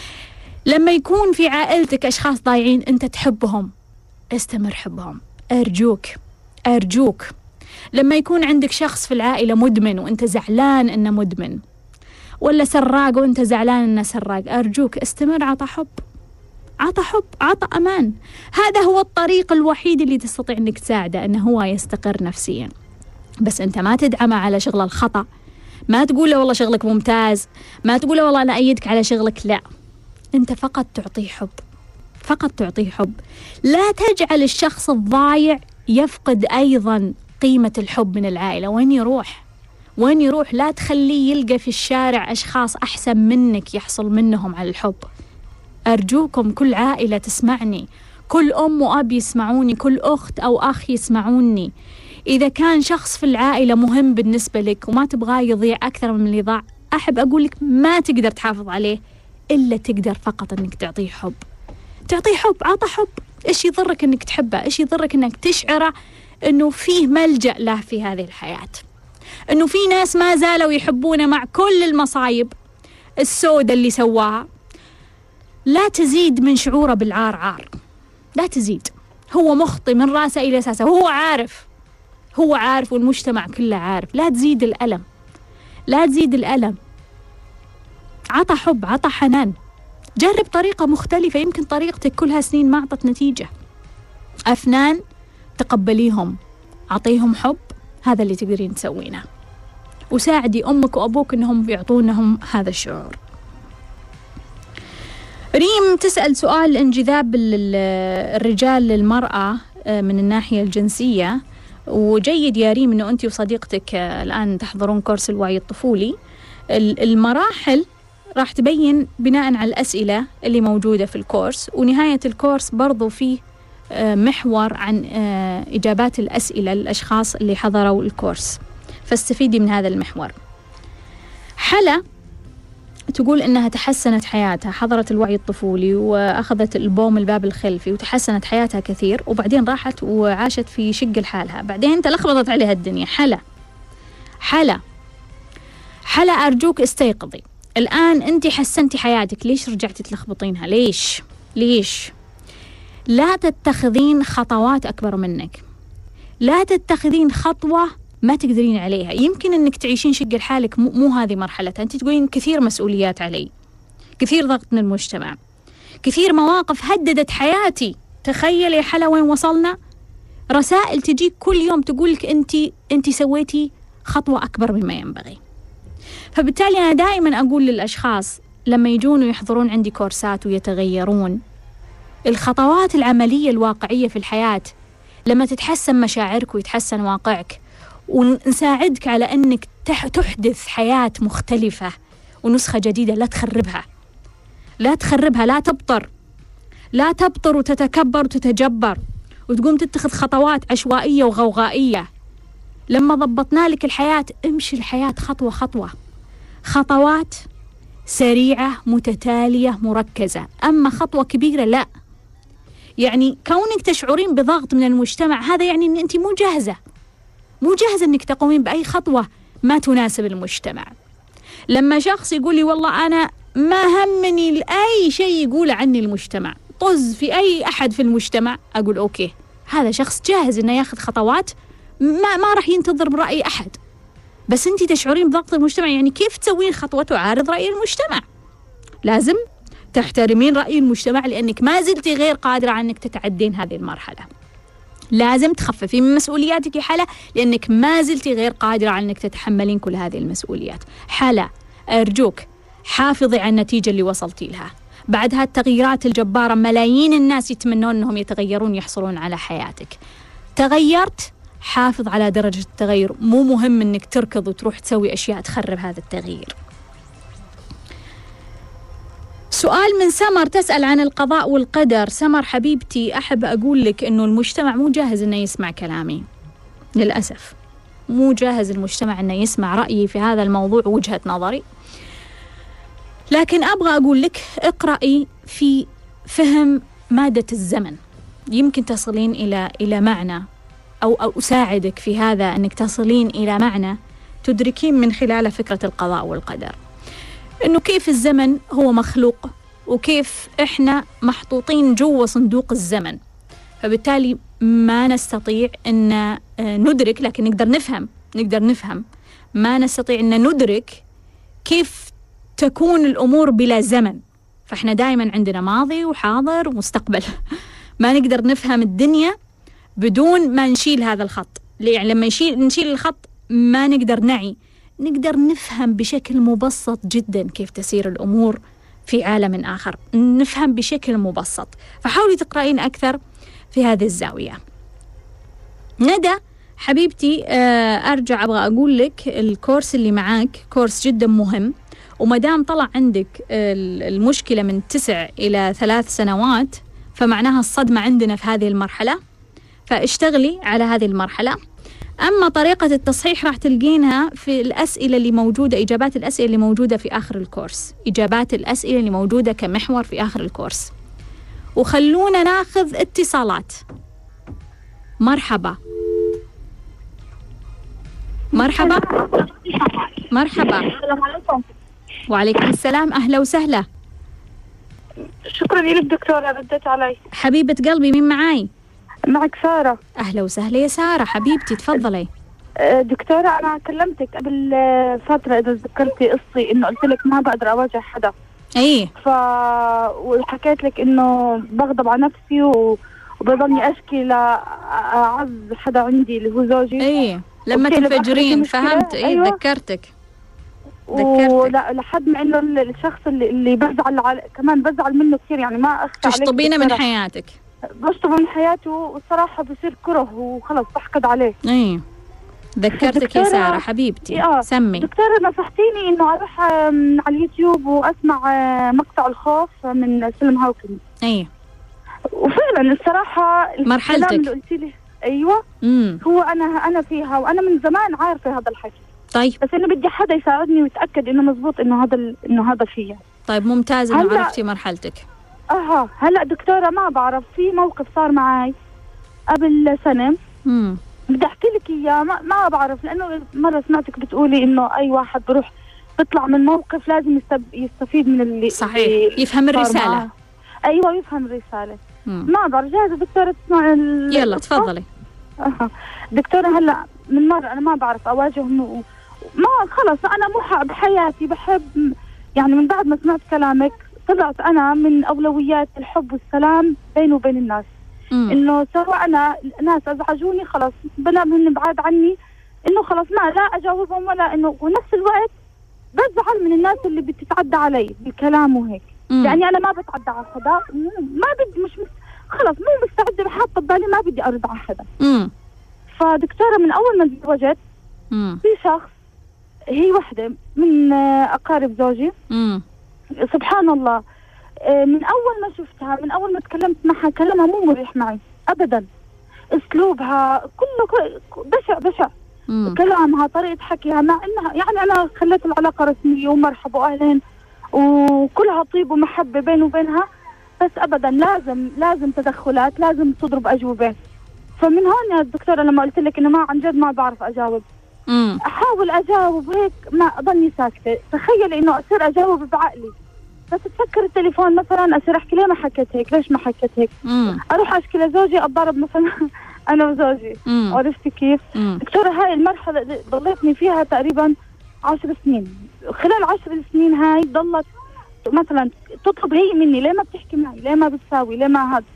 لما يكون في عائلتك أشخاص ضايعين أنت تحبهم، استمر حبهم، أرجوك أرجوك. لما يكون عندك شخص في العائلة مدمن وأنت زعلان إنه مدمن، ولا سراق وأنت زعلان إنه سراق، أرجوك استمر، عطى حب، عطى حب، عطى أمان. هذا هو الطريق الوحيد اللي تستطيع إنك تساعده إنه هو يستقر نفسيا. بس أنت ما تدعمه على شغل الخطأ، ما تقول له والله شغلك ممتاز، ما تقول له والله أنا أيدك على شغلك، لا، أنت فقط تعطيه حب، فقط تعطيه حب. لا تجعل الشخص الضايع يفقد أيضا قيمة الحب من العائلة. وين يروح؟ وين يروح؟ لا تخليه يلقى في الشارع أشخاص أحسن منك يحصل منهم على الحب. أرجوكم كل عائلة تسمعني، كل أم وأب يسمعوني، كل أخت أو أخ يسمعوني، إذا كان شخص في العائلة مهم بالنسبة لك وما تبغاه يضيع أكثر من اللي ضاع، أحب أقول لك ما تقدر تحافظ عليه إلا تقدر فقط أنك تعطيه حب. تعطيه حب، عطى حب. إيش يضرك أنك تحبه؟ إيش يضرك أنك تشعره أنه فيه ملجأ له في هذه الحياة، أنه في ناس ما زالوا يحبونه مع كل المصايب السودة اللي سواها. لا تزيد من شعوره بالعار عار، لا تزيد. هو مخطئ من رأسه إلى أساسه، هو عارف، هو عارف والمجتمع كله عارف. لا تزيد الألم، لا تزيد الألم. عطى حب، عطى حنان، جرب طريقة مختلفة، يمكن طريقتك كلها سنين ما أعطت نتيجة. أفنان تقبليهم، عطيهم حب، هذا اللي تقدرين تسوينه، وساعدي أمك وأبوك أنهم بيعطونهم هذا الشعور. ريم تسأل سؤال انجذاب الرجال للمرأة من الناحية الجنسية، وجيد يا ريم أنه أنت وصديقتك الآن تحضرون كورس الوعي الطفولي. المراحل راح تبين بناء على الأسئلة اللي موجودة في الكورس، ونهاية الكورس برضو فيه محور عن إجابات الأسئلة للأشخاص اللي حضروا الكورس، فاستفيدي من هذا المحور. حلا تقول إنها تحسنت حياتها، حضرت الوعي الطفولي وأخذت البوم الباب الخلفي وتحسنت حياتها كثير، وبعدين راحت وعاشت في شق لحالها، بعدين تلخبطت عليها الدنيا. حلا حلا حلا أرجوك استيقظي الآن، أنت حسنتي حياتك، ليش رجعتي تلخبطينها؟ ليش ليش لا تتخذين خطوات أكبر منك، لا تتخذين خطوة ما تقدرين عليها. يمكن أنك تعيشين شق لحالك، مو, مو هذه مرحلتها. أنت تقولين كثير مسؤوليات علي، كثير ضغط من المجتمع، كثير مواقف هددت حياتي. تخيل يا حلا وين وصلنا، رسائل تجيك كل يوم تقولك أنت أنت سويتي خطوة أكبر مما ينبغي. فبالتالي أنا دائما أقول للأشخاص لما يجون ويحضرون عندي كورسات ويتغيرون، الخطوات العملية الواقعية في الحياة لما تتحسن مشاعرك ويتحسن واقعك، ونساعدك على أنك تحدث حياة مختلفة ونسخة جديدة. لا تخربها، لا تخربها، لا تبطر، لا تبطر وتتكبر وتتجبر وتقوم تتخذ خطوات عشوائية وغوغائية. لما ضبطنا لك الحياة، امشي الحياة خطوة خطوة، خطوات سريعة متتالية مركزة. أما خطوة كبيرة لا. يعني كونك تشعرين بضغط من المجتمع، هذا يعني أن أنت مو جاهزة، مو جاهزة أنك تقومين بأي خطوة ما تناسب المجتمع. لما شخص يقول لي والله أنا ما همني أي شيء يقول عني المجتمع، طز في أي أحد في المجتمع، أقول أوكي، هذا شخص جاهز أنه ياخذ خطوات، ما ما راح ينتظر برأي أحد. بس أنت تشعرين بضغط المجتمع، يعني كيف تسوين خطوة تعارض رأي المجتمع؟ لازم تحترمين رأي المجتمع، لأنك ما زلتي غير قادرة على أنك تتعدين هذه المرحلة. لازم تخففين من مسؤولياتك يا حلا، لأنك ما زلتي غير قادرة على أنك تتحملين كل هذه المسؤوليات. حلا أرجوك حافظي على النتيجة اللي وصلتي لها. بعد هالتغييرات الجبارة ملايين الناس يتمنون أنهم يتغيرون يحصلون على حياتك. تغيرت، حافظ على درجة التغير، مو مهم أنك تركض وتروح تسوي أشياء تخرب هذا التغيير. سؤال من سمر تسأل عن القضاء والقدر. سمر حبيبتي، أحب أقول لك أنه المجتمع مو جاهز أنه يسمع كلامي، للأسف مو جاهز المجتمع أنه يسمع رأيي في هذا الموضوع ووجهة نظري. لكن أبغى أقول لك اقرأي في فهم مادة الزمن، يمكن تصلين إلى إلى معنى أو أو أساعدك في هذا، أنك تصلين إلى معنى تدركين من خلال فكرة القضاء والقدر، إنه كيف الزمن هو مخلوق وكيف إحنا محطوطين جوا صندوق الزمن. فبالتالي ما نستطيع أن ندرك، لكن نقدر نفهم نقدر نفهم ما نستطيع أن ندرك كيف تكون الأمور بلا زمن. فإحنا دائما عندنا ماضي وحاضر ومستقبل. ما نقدر نفهم الدنيا بدون ما نشيل هذا الخط. يعني لما يشيل نشيل الخط ما نقدر نعي، نقدر نفهم بشكل مبسط جدا كيف تسير الأمور في عالم آخر، نفهم بشكل مبسط. فحاولي تقرأين أكثر في هذه الزاوية. ندى حبيبتي، أرجع أبغى أقول لك الكورس اللي معاك كورس جدا مهم، ومدام طلع عندك المشكلة من تسع إلى ثلاث سنوات فمعناها الصدمة عندنا في هذه المرحلة، فاشتغلي على هذه المرحلة. أما طريقة التصحيح راح تلقينها في الأسئلة اللي موجودة، إجابات الأسئلة اللي موجودة في آخر الكورس، إجابات الأسئلة اللي موجودة كمحور في آخر الكورس. وخلونا ناخذ اتصالات. مرحبا مرحبا مرحبا. السلام عليكم. وعليكم السلام، أهلا وسهلا. شكرا لك دكتورة، ردت علي. حبيبة قلبي، مين معاي؟ معك سارة. أهلا وسهلا يا سارة حبيبتي، تفضلي. دكتورة أنا كلمتك قبل فترة إذا تذكرتي قصتي إنه قلت لك ما بقدر أواجه حدا. أيه. ف وحكيت لك إنه بغضب على نفسي و... وبضلني أشكي لأعز حدا عندي اللي هو زوجي. أيه لما تنفجرين، فهمت. أيه أيوة. ذكرتك ذكرتك ولا لحد ما إنه الشخص اللي, اللي بزعل على... كمان بزعل منه كثير، يعني ما أخفى عليك. تشطبينه من حياتك. بشطب من حياته والصراحة بصير كره وخلص بحقد عليه. ايه ذكرتك يا سارة حبيبتي. آه. سمي. دكتورة نصحتيني إنه أروح على اليوتيوب وأسمع مقطع الخوف من سلم هاوكنز. أي. وفعلا الصراحة مرحلتك اللي قلتي لي أيوة مم. هو أنا أنا فيها، وأنا من زمان عارفة هذا الحكي. طيب. بس إنه بدي حدا يساعدني ويتأكد إنه مزبوط إنه هذا ال... إنه هذا فيا. طيب ممتاز إنه عرفتي مرحلتك. أها هلا دكتورة ما بعرف، في موقف صار معي قبل سنة. امم بدي أحكي لك إياه، ما, ما بعرف، لأنه مرة سمعتك بتقولي إنه أي واحد بروح بيطلع من موقف لازم يستب... يستفيد من اللي صحيح، يفهم الرسالة معه. أيوة يفهم الرسالة. مم. ما بعرف، جاهزة دكتورة تسمع ال... يلا تفضلي. أها دكتورة هلا من مرة أنا ما بعرف أواجه م... ما خلص أنا مو بحياتي بحب، يعني من بعد ما سمعت كلامك طلعت أنا من أولويات الحب والسلام بيني وبين الناس. مم. إنه سواء أنا ناس أزعجوني خلاص بلا من بعاد عني، إنه خلاص ما لا أجاوبهم ولا إنه، ونفس الوقت بزعل من الناس اللي بتتعدى علي بالكلام وهيك. مم. يعني أنا ما بتعدى على حدا، ما بدي مش خلاص مو مستعدة حاطة ببالي ما بدي أرد على حدا. مم. فدكتورة من أول ما تزوجت في شخص، هي وحدة من أقارب زوجي. مم. سبحان الله، من أول ما شفتها، من أول ما تكلمت معها، كلامها مو مريح معي أبدا، أسلوبها كله بشع بشع. مم. كلامها، طريقة حكيها، مع إنها يعني أنا خليت العلاقة رسمية ومرحبا وأهلين وكلها طيب ومحبة بيني وبينها، بس أبدا لازم لازم تدخلات، لازم تضرب أجوبة. فمن هون يا دكتورة لما قلت لك إنه ما عن جد ما بعرف أجاوب. مم. أحاول أجاوب هيك ما أضلني ساكتة. تخيلي إنه أصير أجاوب بعقلي، بس تفكر التليفون مثلا أصير أحكي ليه ما حكيت هيك، ليش ما حكيت هيك. مم. أروح أشكي لزوجي، أتضارب مثلا أنا وزوجي. عرفتي كيف؟ مم. دكتورة هاي المرحلة ضليتني فيها تقريبا عشر سنين. خلال عشر سنين هاي ضلت مثلا تطلب هي مني ليه ما بتحكي معي، ليه ما بتساوي، ليه ما هذا.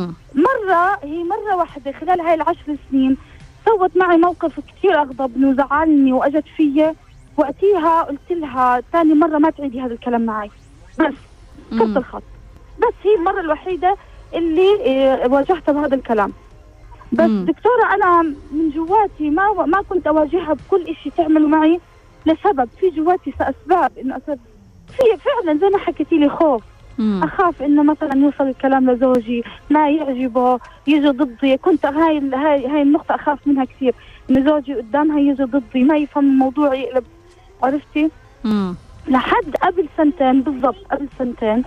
مرة هي مرة واحدة خلال هاي العشر سنين سوت معي موقف كثير أغضبني وزعلني وأجت فيا، وقتيها قلت لها ثاني مرة ما تعيدي هذا الكلام معي، بس كسر الخط. بس هي المرة الوحيدة اللي واجهتها بهذا الكلام. بس مم. دكتورة أنا من جواتي ما ما كنت أواجهها بكل إشي تعمله معي، لسبب في جواتي أسباب إنه أسباب في فعلا زي ما حكيتي لي خوف. مم. أخاف إنه مثلا يوصل الكلام لزوجي ما يعجبه يجي ضدي. كنت هاي هاي هاي النقطة أخاف منها كثير، إنه زوجي قدامها يجي ضدي ما يفهم الموضوع يقلب. عرفتي؟ مم. لحد قبل سنتين بالضبط، قبل سنتين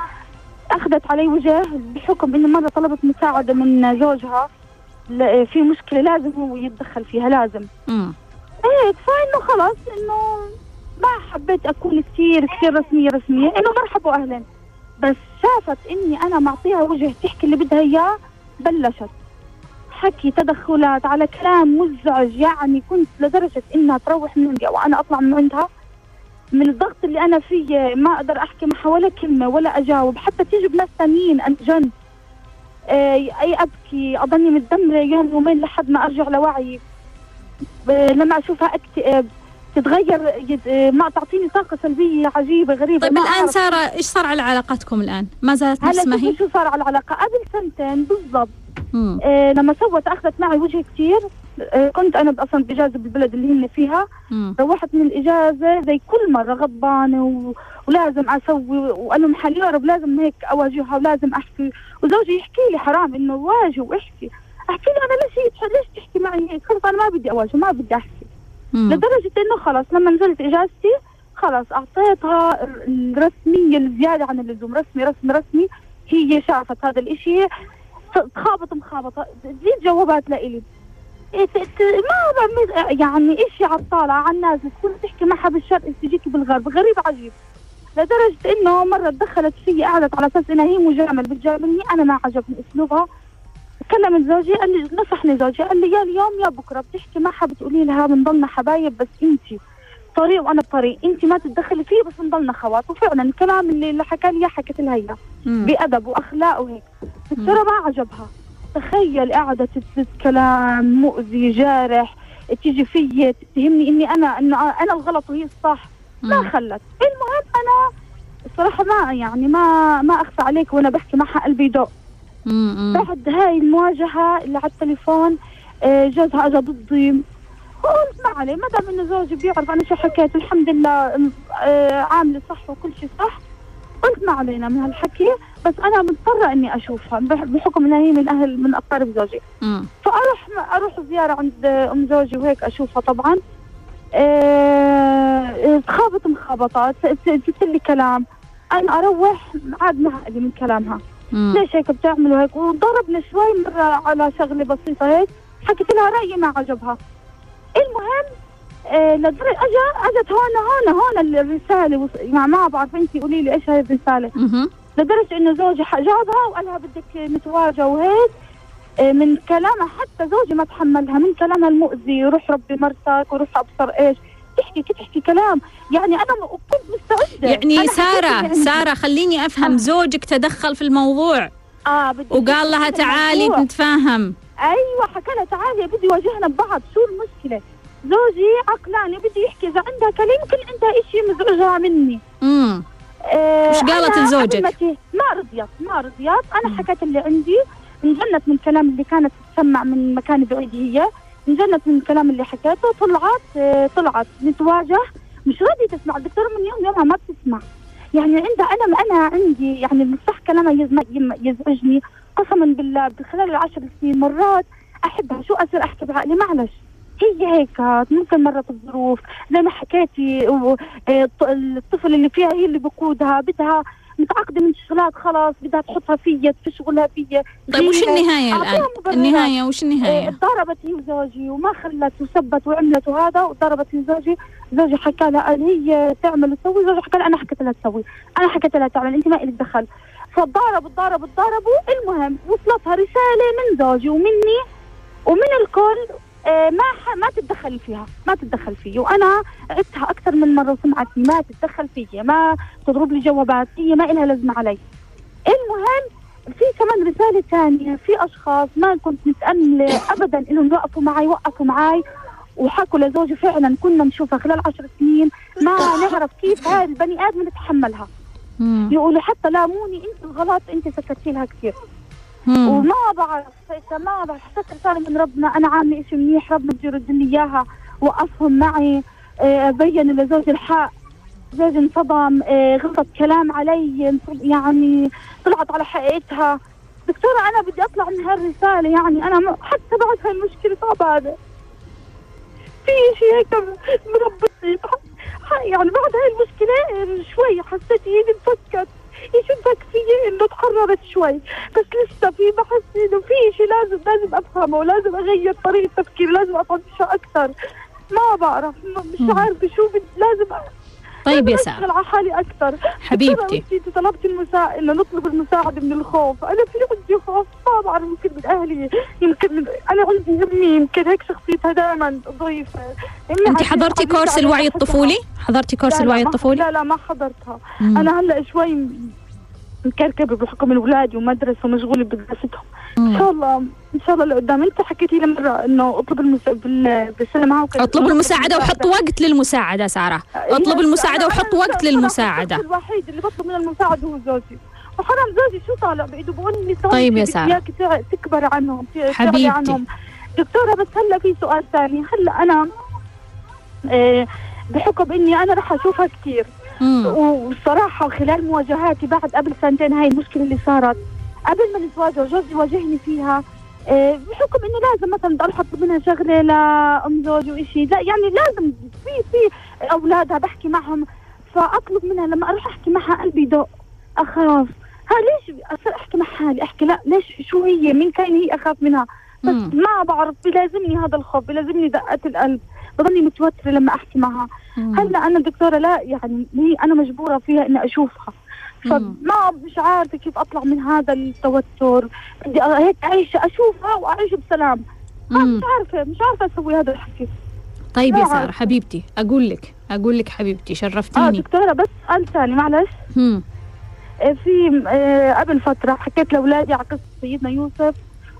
أخذت علي وجه بحكم إنه مرة طلبت مساعدة من زوجها في مشكلة لازم هو يتدخل فيها لازم. امم هيك فإنه خلاص إنه ما حبيت أكون كثير كثير رسمية رسمية إنه مرحبا وأهلا. بس شافت إني أنا معطيها وجه تحكي اللي بدها إياه، بلشت حكي تدخلات على كلام مزعج. يعني كنت لدرجة إنها تروح من عندي وأنا أطلع من عندها من الضغط اللي أنا فيه، ما أقدر أحكي معها ولا كلمة ولا أجاوب، حتى تيجي بناس ثانيين أنجن أي أبكي أضلني متدمرة يوم يومين لحد ما أرجع لوعي. لما أشوفها أكتئب تتغير، ما تعطيني طاقة سلبية عجيبة غريبة. طيب الآن سارة إيش صار على علاقتكم الآن؟ ما زالت نفس ما هي؟ هلا شو صار على العلاقة قبل سنتين بالضبط. آه لما سوت أخذت معي وجه كثير. آه كنت أنا أصلا بإجازة بالبلد اللي هن فيها. مم. روحت من الإجازة زي كل مرة غضبانة و... ولازم أسوي، وأنا محل يا رب لازم هيك أواجهها ولازم أحكي. وزوجي يحكي لي حرام إنه واجه وأحكي. أحكي له أنا ليش ليش تحكي معي هيك؟ خلص أنا ما بدي أواجه ما بدي أحكي. مم. لدرجة إنه خلاص لما نزلت إجازتي خلاص أعطيتها الرسمية الزيادة عن اللزوم، رسمي رسمي رسمي. هي شافت هذا الإشي تخابط مخابطة تزيد جوابات لإلي. ما يعني إشي عطالة عن الناس تكون تحكي معها بالشرق تجيكي بالغرب، غريب عجيب. لدرجة إنه مرة دخلت فيي قعدت على أساس إنها هي مجامل بتجاملني، أنا ما عجبني أسلوبها. كلمت زوجي قال لي، نصحني زوجي قال لي يا اليوم يا بكرة بتحكي معها بتقولي لها بنضلنا حبايب، بس أنتي طريق وأنا بطريق، أنتي ما تتدخلي فيه بس بنضلنا خوات. وفعلا الكلام اللي, اللي حكى لي حكيت لها إياه بأدب وأخلاق وهيك. الدكتورة ما عجبها. تخيل قاعدة كلام مؤذي جارح تيجي فيي تتهمني إني أنا إنه أنا الغلط وهي الصح. ما خلت. المهم أنا الصراحة ما يعني ما ما أخفى عليك وأنا بحكي معها قلبي يدق. بعد هاي المواجهة اللي على التليفون جوزها أجا ضدي قلت ما عليه، ما دام انه زوجي بيعرف انا شو حكيت الحمد لله آه عامله صح وكل شيء صح، قلت ما علينا من هالحكي، بس انا مضطره اني اشوفها بحكم انها هي من اهل من اقارب زوجي. مم. فاروح اروح زياره عند ام زوجي وهيك اشوفها طبعا. أه تخابط مخابطات، تقول كلام، انا اروح عاد ما عقلي من كلامها. مم. ليش هيك بتعملوا هيك؟ وضربنا شوي مره على شغله بسيطه هيك، حكيت لها رايي ما عجبها. المهم آه لدرجه اجى اجت هون هون هون الرساله، يعني ما بعرف انت قولي لي ايش هاي الرساله. مم. لدرجه انه زوجي جابها وقال لها بدك نتواجه وهيك. آه من كلامها حتى زوجي ما تحملها، من كلامها المؤذي، روح ربي مرتك وروح ابصر ايش تحكي تحكي كلام، يعني انا كنت مستعده. يعني ساره ساره خليني افهم، زوجك تدخل في الموضوع اه بدي وقال لها تعالي نتفاهم. ايوه حكى لها تعالي بدي واجهنا ببعض، شو المشكله؟ زوجي عقلاني بدي يحكي، اذا عندها كلام يمكن عندها شيء مزعجها مني. امم آه ايش قالت لزوجك؟ ما رضيت ما رضيت انا حكيت اللي عندي، انجنت من الكلام اللي كانت تسمع من مكان بعيد، هي انجنت من الكلام اللي حكيته، طلعت آه طلعت نتواجه، مش راضيه تسمع. الدكتور من يوم يومها ما بتسمع، يعني عندها انا انا عندي يعني صح كلامها يزعجني قسما بالله. بخلال العشر سنين مرات احبها، شو اصير احكي بعقلي معلش هي هيك، ممكن مرت الظروف زي ما حكيتي، الطفل اللي فيها هي اللي بقودها، بدها متعقده من شغلات خلاص بدها تحطها فيا تشغلها فيا. طيب وش النهايه الان؟ النهايه وش النهايه؟ ضربت هي وزوجي وما خلت وسبت وعملت وهذا، وضربت هي وزوجي. زوجي حكى لها قال هي تعمل وتسوي، زوجي حكى لها انا حكيت لها تسوي، انا حكيت لها تعمل، انت ما لك دخل. فضربوا ضربوا ضربوا. المهم وصلتها رساله من زوجي ومني ومن الكل آه ما ح... ما تتدخل فيها، ما تتدخل فيي، وانا عدتها اكثر من مره وسمعتني ما تتدخل فيي، ما تضرب لي جوابات، هي ما لها لازمه علي. المهم في كمان رساله ثانيه، في اشخاص ما كنت متامله ابدا انهم يوقفوا معي، وقفوا معي وحكوا لزوجي فعلا كنا نشوفها خلال عشر سنين ما نعرف كيف هاي البني ادم نتحملها. يقولوا حتى لاموني انت الغلط، انت سكتي لها كثير. مم. وما بعرف ما بعرف حسيت رساله من ربنا، انا عامله شيء منيح، ربنا بده يرد لي اياها، وقفهم معي، بين لزوجي الحق، زوجي انصدم، غلطت كلام علي، يعني طلعت على حقيقتها. دكتوره انا بدي اطلع من هالرساله، يعني انا حتى بعد هاي المشكله صعبه، هذا في شيء هيك مربطني، يعني بعد هاي المشكله شوي حسيت ايدي انفكت، يشبك فيي انه تحررت شوي، بس لسه في بحس انه في شيء لازم لازم افهمه، ولازم اغير طريقه تفكيري، لازم افتشها اكثر. ما بعرف مش عارفه شو لازم. طيب يا ساره اشتغل على حالي اكثر حبيبتي. انت طلبتي المساعده انه نطلب المساعده من الخوف، انا في عندي خوف ما بعرف، يمكن من اهلي، يمكن من انا عندي امي يمكن هيك شخصيتها دائما ضعيفه. انت حضرتي كورس الوعي الطفولي؟ حضرتي كورس الوعي الطفولي؟ لا لا ما حضرتها. مم. انا هلا شوي مكركبه بحكم الاولاد ومدرسه ومشغوله بدراستهم. ان شاء الله ان شاء الله لقدام. انت حكيتي لي مره انه اطلب المساعده بالسنه معه، اطلب المساعده وحط وقت للمساعده. ساره اطلب المساعده وحط وقت للمساعده. الوحيد اللي بطلب من المساعده هو زوجي، وحرام زوجي شو طالع بايده بقول لي طيب يا ساره تكبر عنهم حبيبتي عنهم. دكتوره بس هلا في سؤال ثاني، هلا انا آه بحكم اني انا رح اشوفها كثير، والصراحه خلال مواجهاتي بعد قبل سنتين هاي المشكله اللي صارت قبل ما نتواجه جوزي واجهني فيها، أه بحكم انه لازم مثلا اروح اطلب منها شغله لام زوجي وشيء، لا يعني لازم في في اولادها بحكي معهم، فاطلب منها لما اروح احكي معها قلبي يدق، اخاف. ها ليش اصير احكي مع حالي، احكي لا ليش شو هي مين كان هي اخاف منها، بس مم. ما بعرف بلازمني هذا الخوف، بلازمني دقات القلب، بضلني متوتره لما احكي معها. مم. هلا انا دكتوره لا يعني هي انا مجبوره فيها اني اشوفها، فما مش عارفه كيف اطلع من هذا التوتر، بدي هيك اعيش اشوفها واعيش بسلام. مش عارفه مش عارفه اسوي هذا الحكي. طيب يا ساره حبيبتي اقول لك اقول لك حبيبتي شرفتيني. اه دكتوره بس سؤال ثاني معلش. امم في آه قبل فتره حكيت لاولادي على قصه سيدنا يوسف،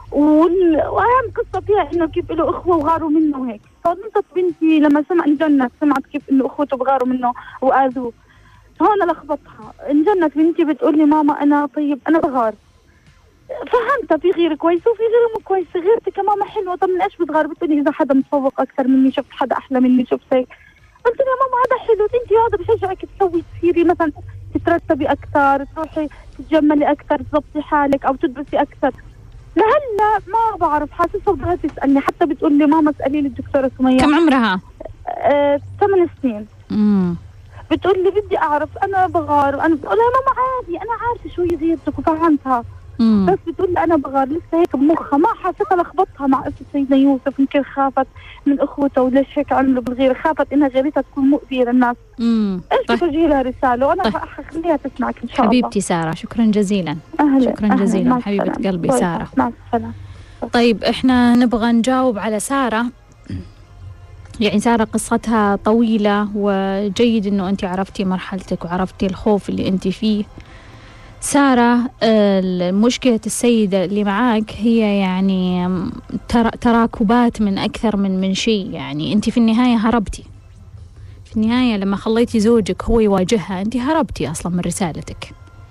واهم قصه فيها انه كيف له اخوه وغاروا منه وهيك، فنطت بنتي لما سمع انجنت، سمعت كيف انه اخوته بغاروا منه واذوه، هون لخبطها. انجنت بنتي بتقول لي ماما انا طيب انا بغار، فهمت في غير كويس وفي غير مو كويس. غيرتي كماما حلوه، طب من ايش بتغار؟ بتقولي اذا حدا متفوق اكثر مني، شفت حدا احلى مني، شفت هيك. قلت لها ماما هذا حلو، انت هذا بشجعك تسوي تصيري مثلا تترتبي اكثر، تروحي تتجملي اكثر، تضبطي حالك او تدرسي اكثر. لهلا ما بعرف، حاسسها بدها تسالني، حتى بتقول لي ماما اسالي لي الدكتوره سمية. كم عمرها؟ آه، ثمان سنين. امم بتقول لي بدي اعرف، انا بغار، وانا بقول لها ماما عادي انا عارفه شو هي غيرتك وفهمتها. مم. بس بتقول لي انا بغار، لسه هيك بمخها، ما حسيتها لخبطها مع قصه سيدنا يوسف، يمكن خافت من اخوته وليش هيك عملوا بالغيره، خافت انها غيرتها تكون مؤذيه للناس. امم ايش طيب. بتوجهي لها رساله، وانا طيب. حخليها تسمعك ان شاء الله. حبيبتي سارة، شكرا جزيلا. أهلا. شكرا أهلا. جزيلا حبيبة قلبي سارة. مع السلامة. طيب احنا نبغى نجاوب على سارة. يعني سارة قصتها طويلة، وجيد انه انت عرفتي مرحلتك وعرفتي الخوف اللي انت فيه. سارة، مشكلة السيدة اللي معاك هي يعني تراكبات من أكثر من من شيء. يعني أنت في النهاية هربتي، في النهاية لما خليتي زوجك هو يواجهها أنت هربتي أصلا من رسالتك.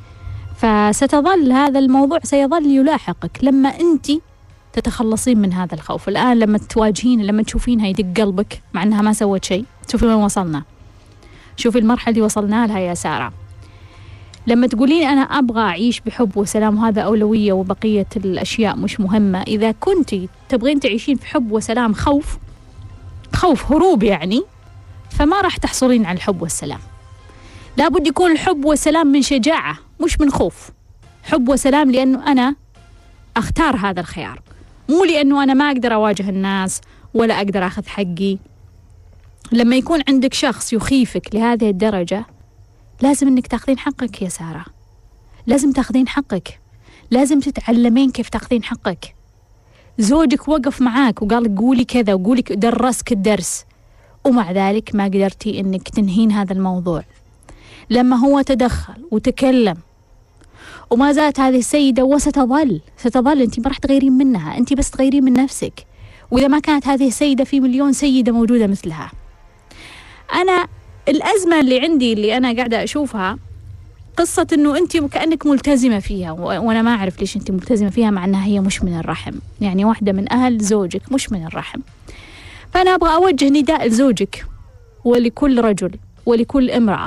فستظل هذا الموضوع سيظل يلاحقك لما أنت تتخلصين من هذا الخوف. الآن لما تواجهين، لما تشوفينها يدق قلبك مع أنها ما سوت شيء. شوفي وين وصلنا، شوفي المرحلة اللي وصلنا لها يا سارة. لما تقولين أنا أبغى أعيش بحب وسلام وهذا أولوية وبقية الأشياء مش مهمة، إذا كنتي تبغين تعيشين في حب وسلام خوف، خوف هروب يعني، فما راح تحصلين على الحب والسلام. لابد يكون الحب والسلام من شجاعة مش من خوف. حب وسلام لأنه أنا أختار هذا الخيار، مو لأنه أنا ما أقدر أواجه الناس ولا أقدر أخذ حقي. لما يكون عندك شخص يخيفك لهذه الدرجة لازم انك تاخذين حقك يا سارة، لازم تاخذين حقك، لازم تتعلمين كيف تاخذين حقك. زوجك وقف معاك وقال لك قولي كذا وقولي درسك الدرس، ومع ذلك ما قدرتي انك تنهين هذا الموضوع. لما هو تدخل وتكلم وما زالت هذه السيدة وستظل ستظل انت ما راح تغيرين منها، انت بس تغيرين من نفسك. واذا ما كانت هذه السيدة في مليون سيدة موجودة مثلها. انا الأزمة اللي عندي اللي أنا قاعدة أشوفها قصة إنه أنت كأنك ملتزمة فيها، وأنا ما أعرف ليش أنت ملتزمة فيها مع أنها هي مش من الرحم. يعني واحدة من أهل زوجك مش من الرحم. فأنا أبغى أوجه نداء لزوجك ولكل رجل ولكل امرأة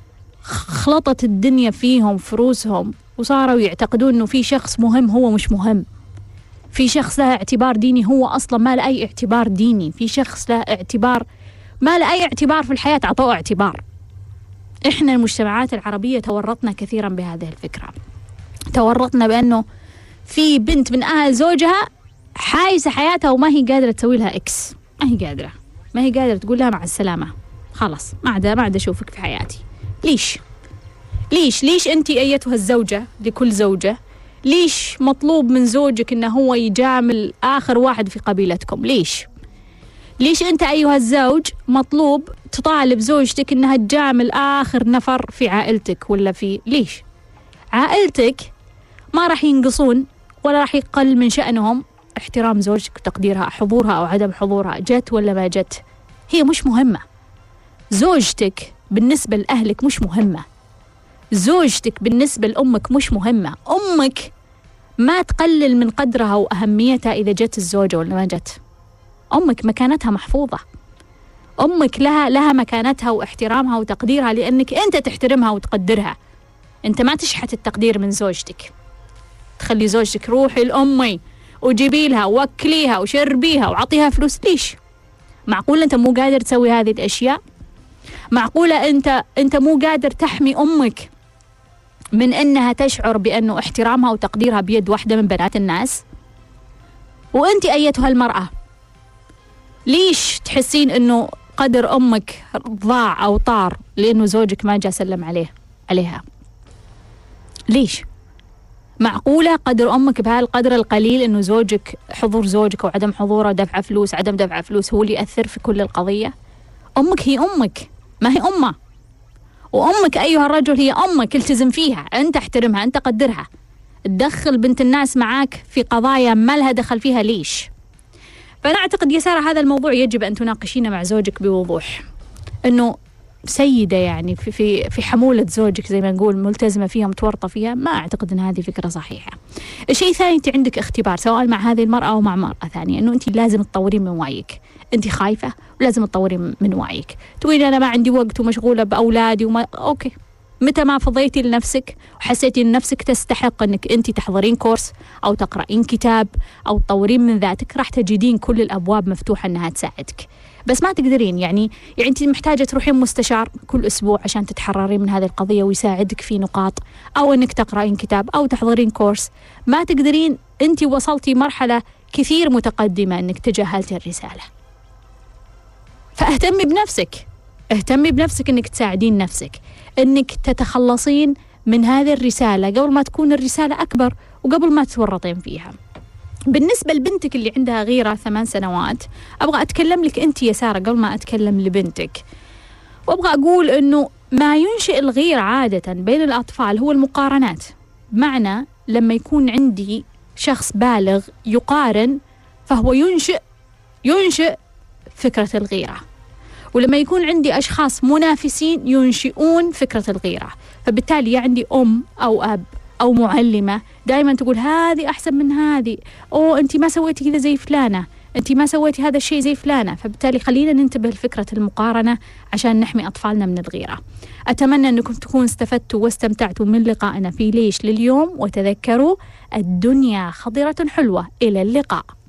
خلطت الدنيا فيهم فروسهم وصاروا يعتقدون إنه في شخص مهم هو مش مهم، في شخص له اعتبار ديني هو أصلا ما له أي اعتبار ديني، في شخص له اعتبار ما له أي اعتبار في الحياة عطوه اعتبار. إحنا المجتمعات العربية تورطنا كثيرا بهذه الفكرة، تورطنا بأنه في بنت من أهل زوجها حايسة حياتها وما هي قادرة تسوي لها إكس، ما هي قادرة ما هي قادرة تقول لها مع السلامة، خلاص ما عاد ما عاد أشوفك في حياتي. ليش؟ ليش ليش أنت أيتها الزوجة لكل زوجة، ليش مطلوب من زوجك إنه هو يجامل آخر واحد في قبيلتكم؟ ليش؟ ليش أنت أيها الزوج مطلوب تطالب زوجتك إنها تجامل آخر نفر في عائلتك ولا في ليش؟ عائلتك ما راح ينقصون ولا راح يقل من شأنهم احترام زوجتك وتقديرها، حضورها أو عدم حضورها، جت ولا ما جت، هي مش مهمة. زوجتك بالنسبة لأهلك مش مهمة، زوجتك بالنسبة لأمك مش مهمة. أمك ما تقلل من قدرها وأهميتها إذا جت الزوجة ولا ما جت. أمك مكانتها محفوظة، أمك لها لها مكانتها واحترامها وتقديرها لأنك أنت تحترمها وتقدرها. أنت ما تشحت التقدير من زوجتك، تخلي زوجتك روحي لأمي وجيبي لها وكليها وشربيها وعطيها فلوس. ليش؟ معقولة أنت مو قادر تسوي هذه الأشياء؟ معقولة أنت أنت مو قادر تحمي أمك من أنها تشعر بأنه احترامها وتقديرها بيد واحدة من بنات الناس؟ وأنت أيتها المرأة ليش تحسين أنه قدر أمك ضاع أو طار لأنه زوجك ما جاء سلم عليه عليها؟ ليش؟ معقولة قدر أمك بهالقدر القليل أنه زوجك حضور زوجك وعدم حضوره، دفع فلوس عدم دفع فلوس هو اللي يأثر في كل القضية؟ أمك هي أمك، ما هي أمه. وأمك أيها الرجل هي أمك، التزم فيها، أنت احترمها، أنت قدرها. تدخل بنت الناس معاك في قضايا ما لها دخل فيها ليش؟ فأنا أعتقد يا سارة هذا الموضوع يجب أن تناقشينه مع زوجك بوضوح، أنه سيدة يعني في في في حمولة زوجك زي ما نقول، ملتزمة فيها متورطة فيها، ما أعتقد أن هذه فكرة صحيحة. الشيء الثاني، أنت عندك اختبار سواء مع هذه المرأة أو مع مرأة ثانية، أنه أنت لازم تطورين من وعيك. أنت خايفة ولازم تطورين من وعيك. تقولين أنا ما عندي وقت ومشغولة بأولادي وما أوكي، متى ما فضيتي لنفسك وحسيتي أن نفسك تستحق أنك أنت تحضرين كورس أو تقرأين كتاب أو تطورين من ذاتك، راح تجدين كل الأبواب مفتوحة أنها تساعدك. بس ما تقدرين يعني يعني أنت محتاجة تروحين مستشار كل أسبوع عشان تتحررين من هذه القضية ويساعدك في نقاط، أو أنك تقرأين كتاب أو تحضرين كورس. ما تقدرين، أنت وصلتي مرحلة كثير متقدمة أنك تجاهلتي الرسالة. فاهتمي بنفسك، اهتمي بنفسك أنك تساعدين نفسك، أنك تتخلصين من هذه الرسالة قبل ما تكون الرسالة أكبر وقبل ما تتورطين فيها. بالنسبة لبنتك اللي عندها غيرة ثمان سنوات، أبغى أتكلم لك أنت يا سارة قبل ما أتكلم لبنتك، وأبغى أقول أنه ما ينشئ الغيرة عادة بين الأطفال هو المقارنات. معنى لما يكون عندي شخص بالغ يقارن فهو ينشئ ينشئ فكرة الغيرة، ولما يكون عندي أشخاص منافسين ينشئون فكرة الغيرة. فبالتالي عندي أم أو أب أو معلمة دائما تقول هذه أحسن من هذه، أو أنت ما سويتي كذا زي فلانة، أنت ما سويتي هذا الشيء زي فلانة. فبالتالي خلينا ننتبه لفكرة المقارنة عشان نحمي أطفالنا من الغيرة. أتمنى أنكم تكونوا استفدتوا واستمتعتوا من لقائنا في ليش لليوم، وتذكروا الدنيا خضرة حلوة. إلى اللقاء.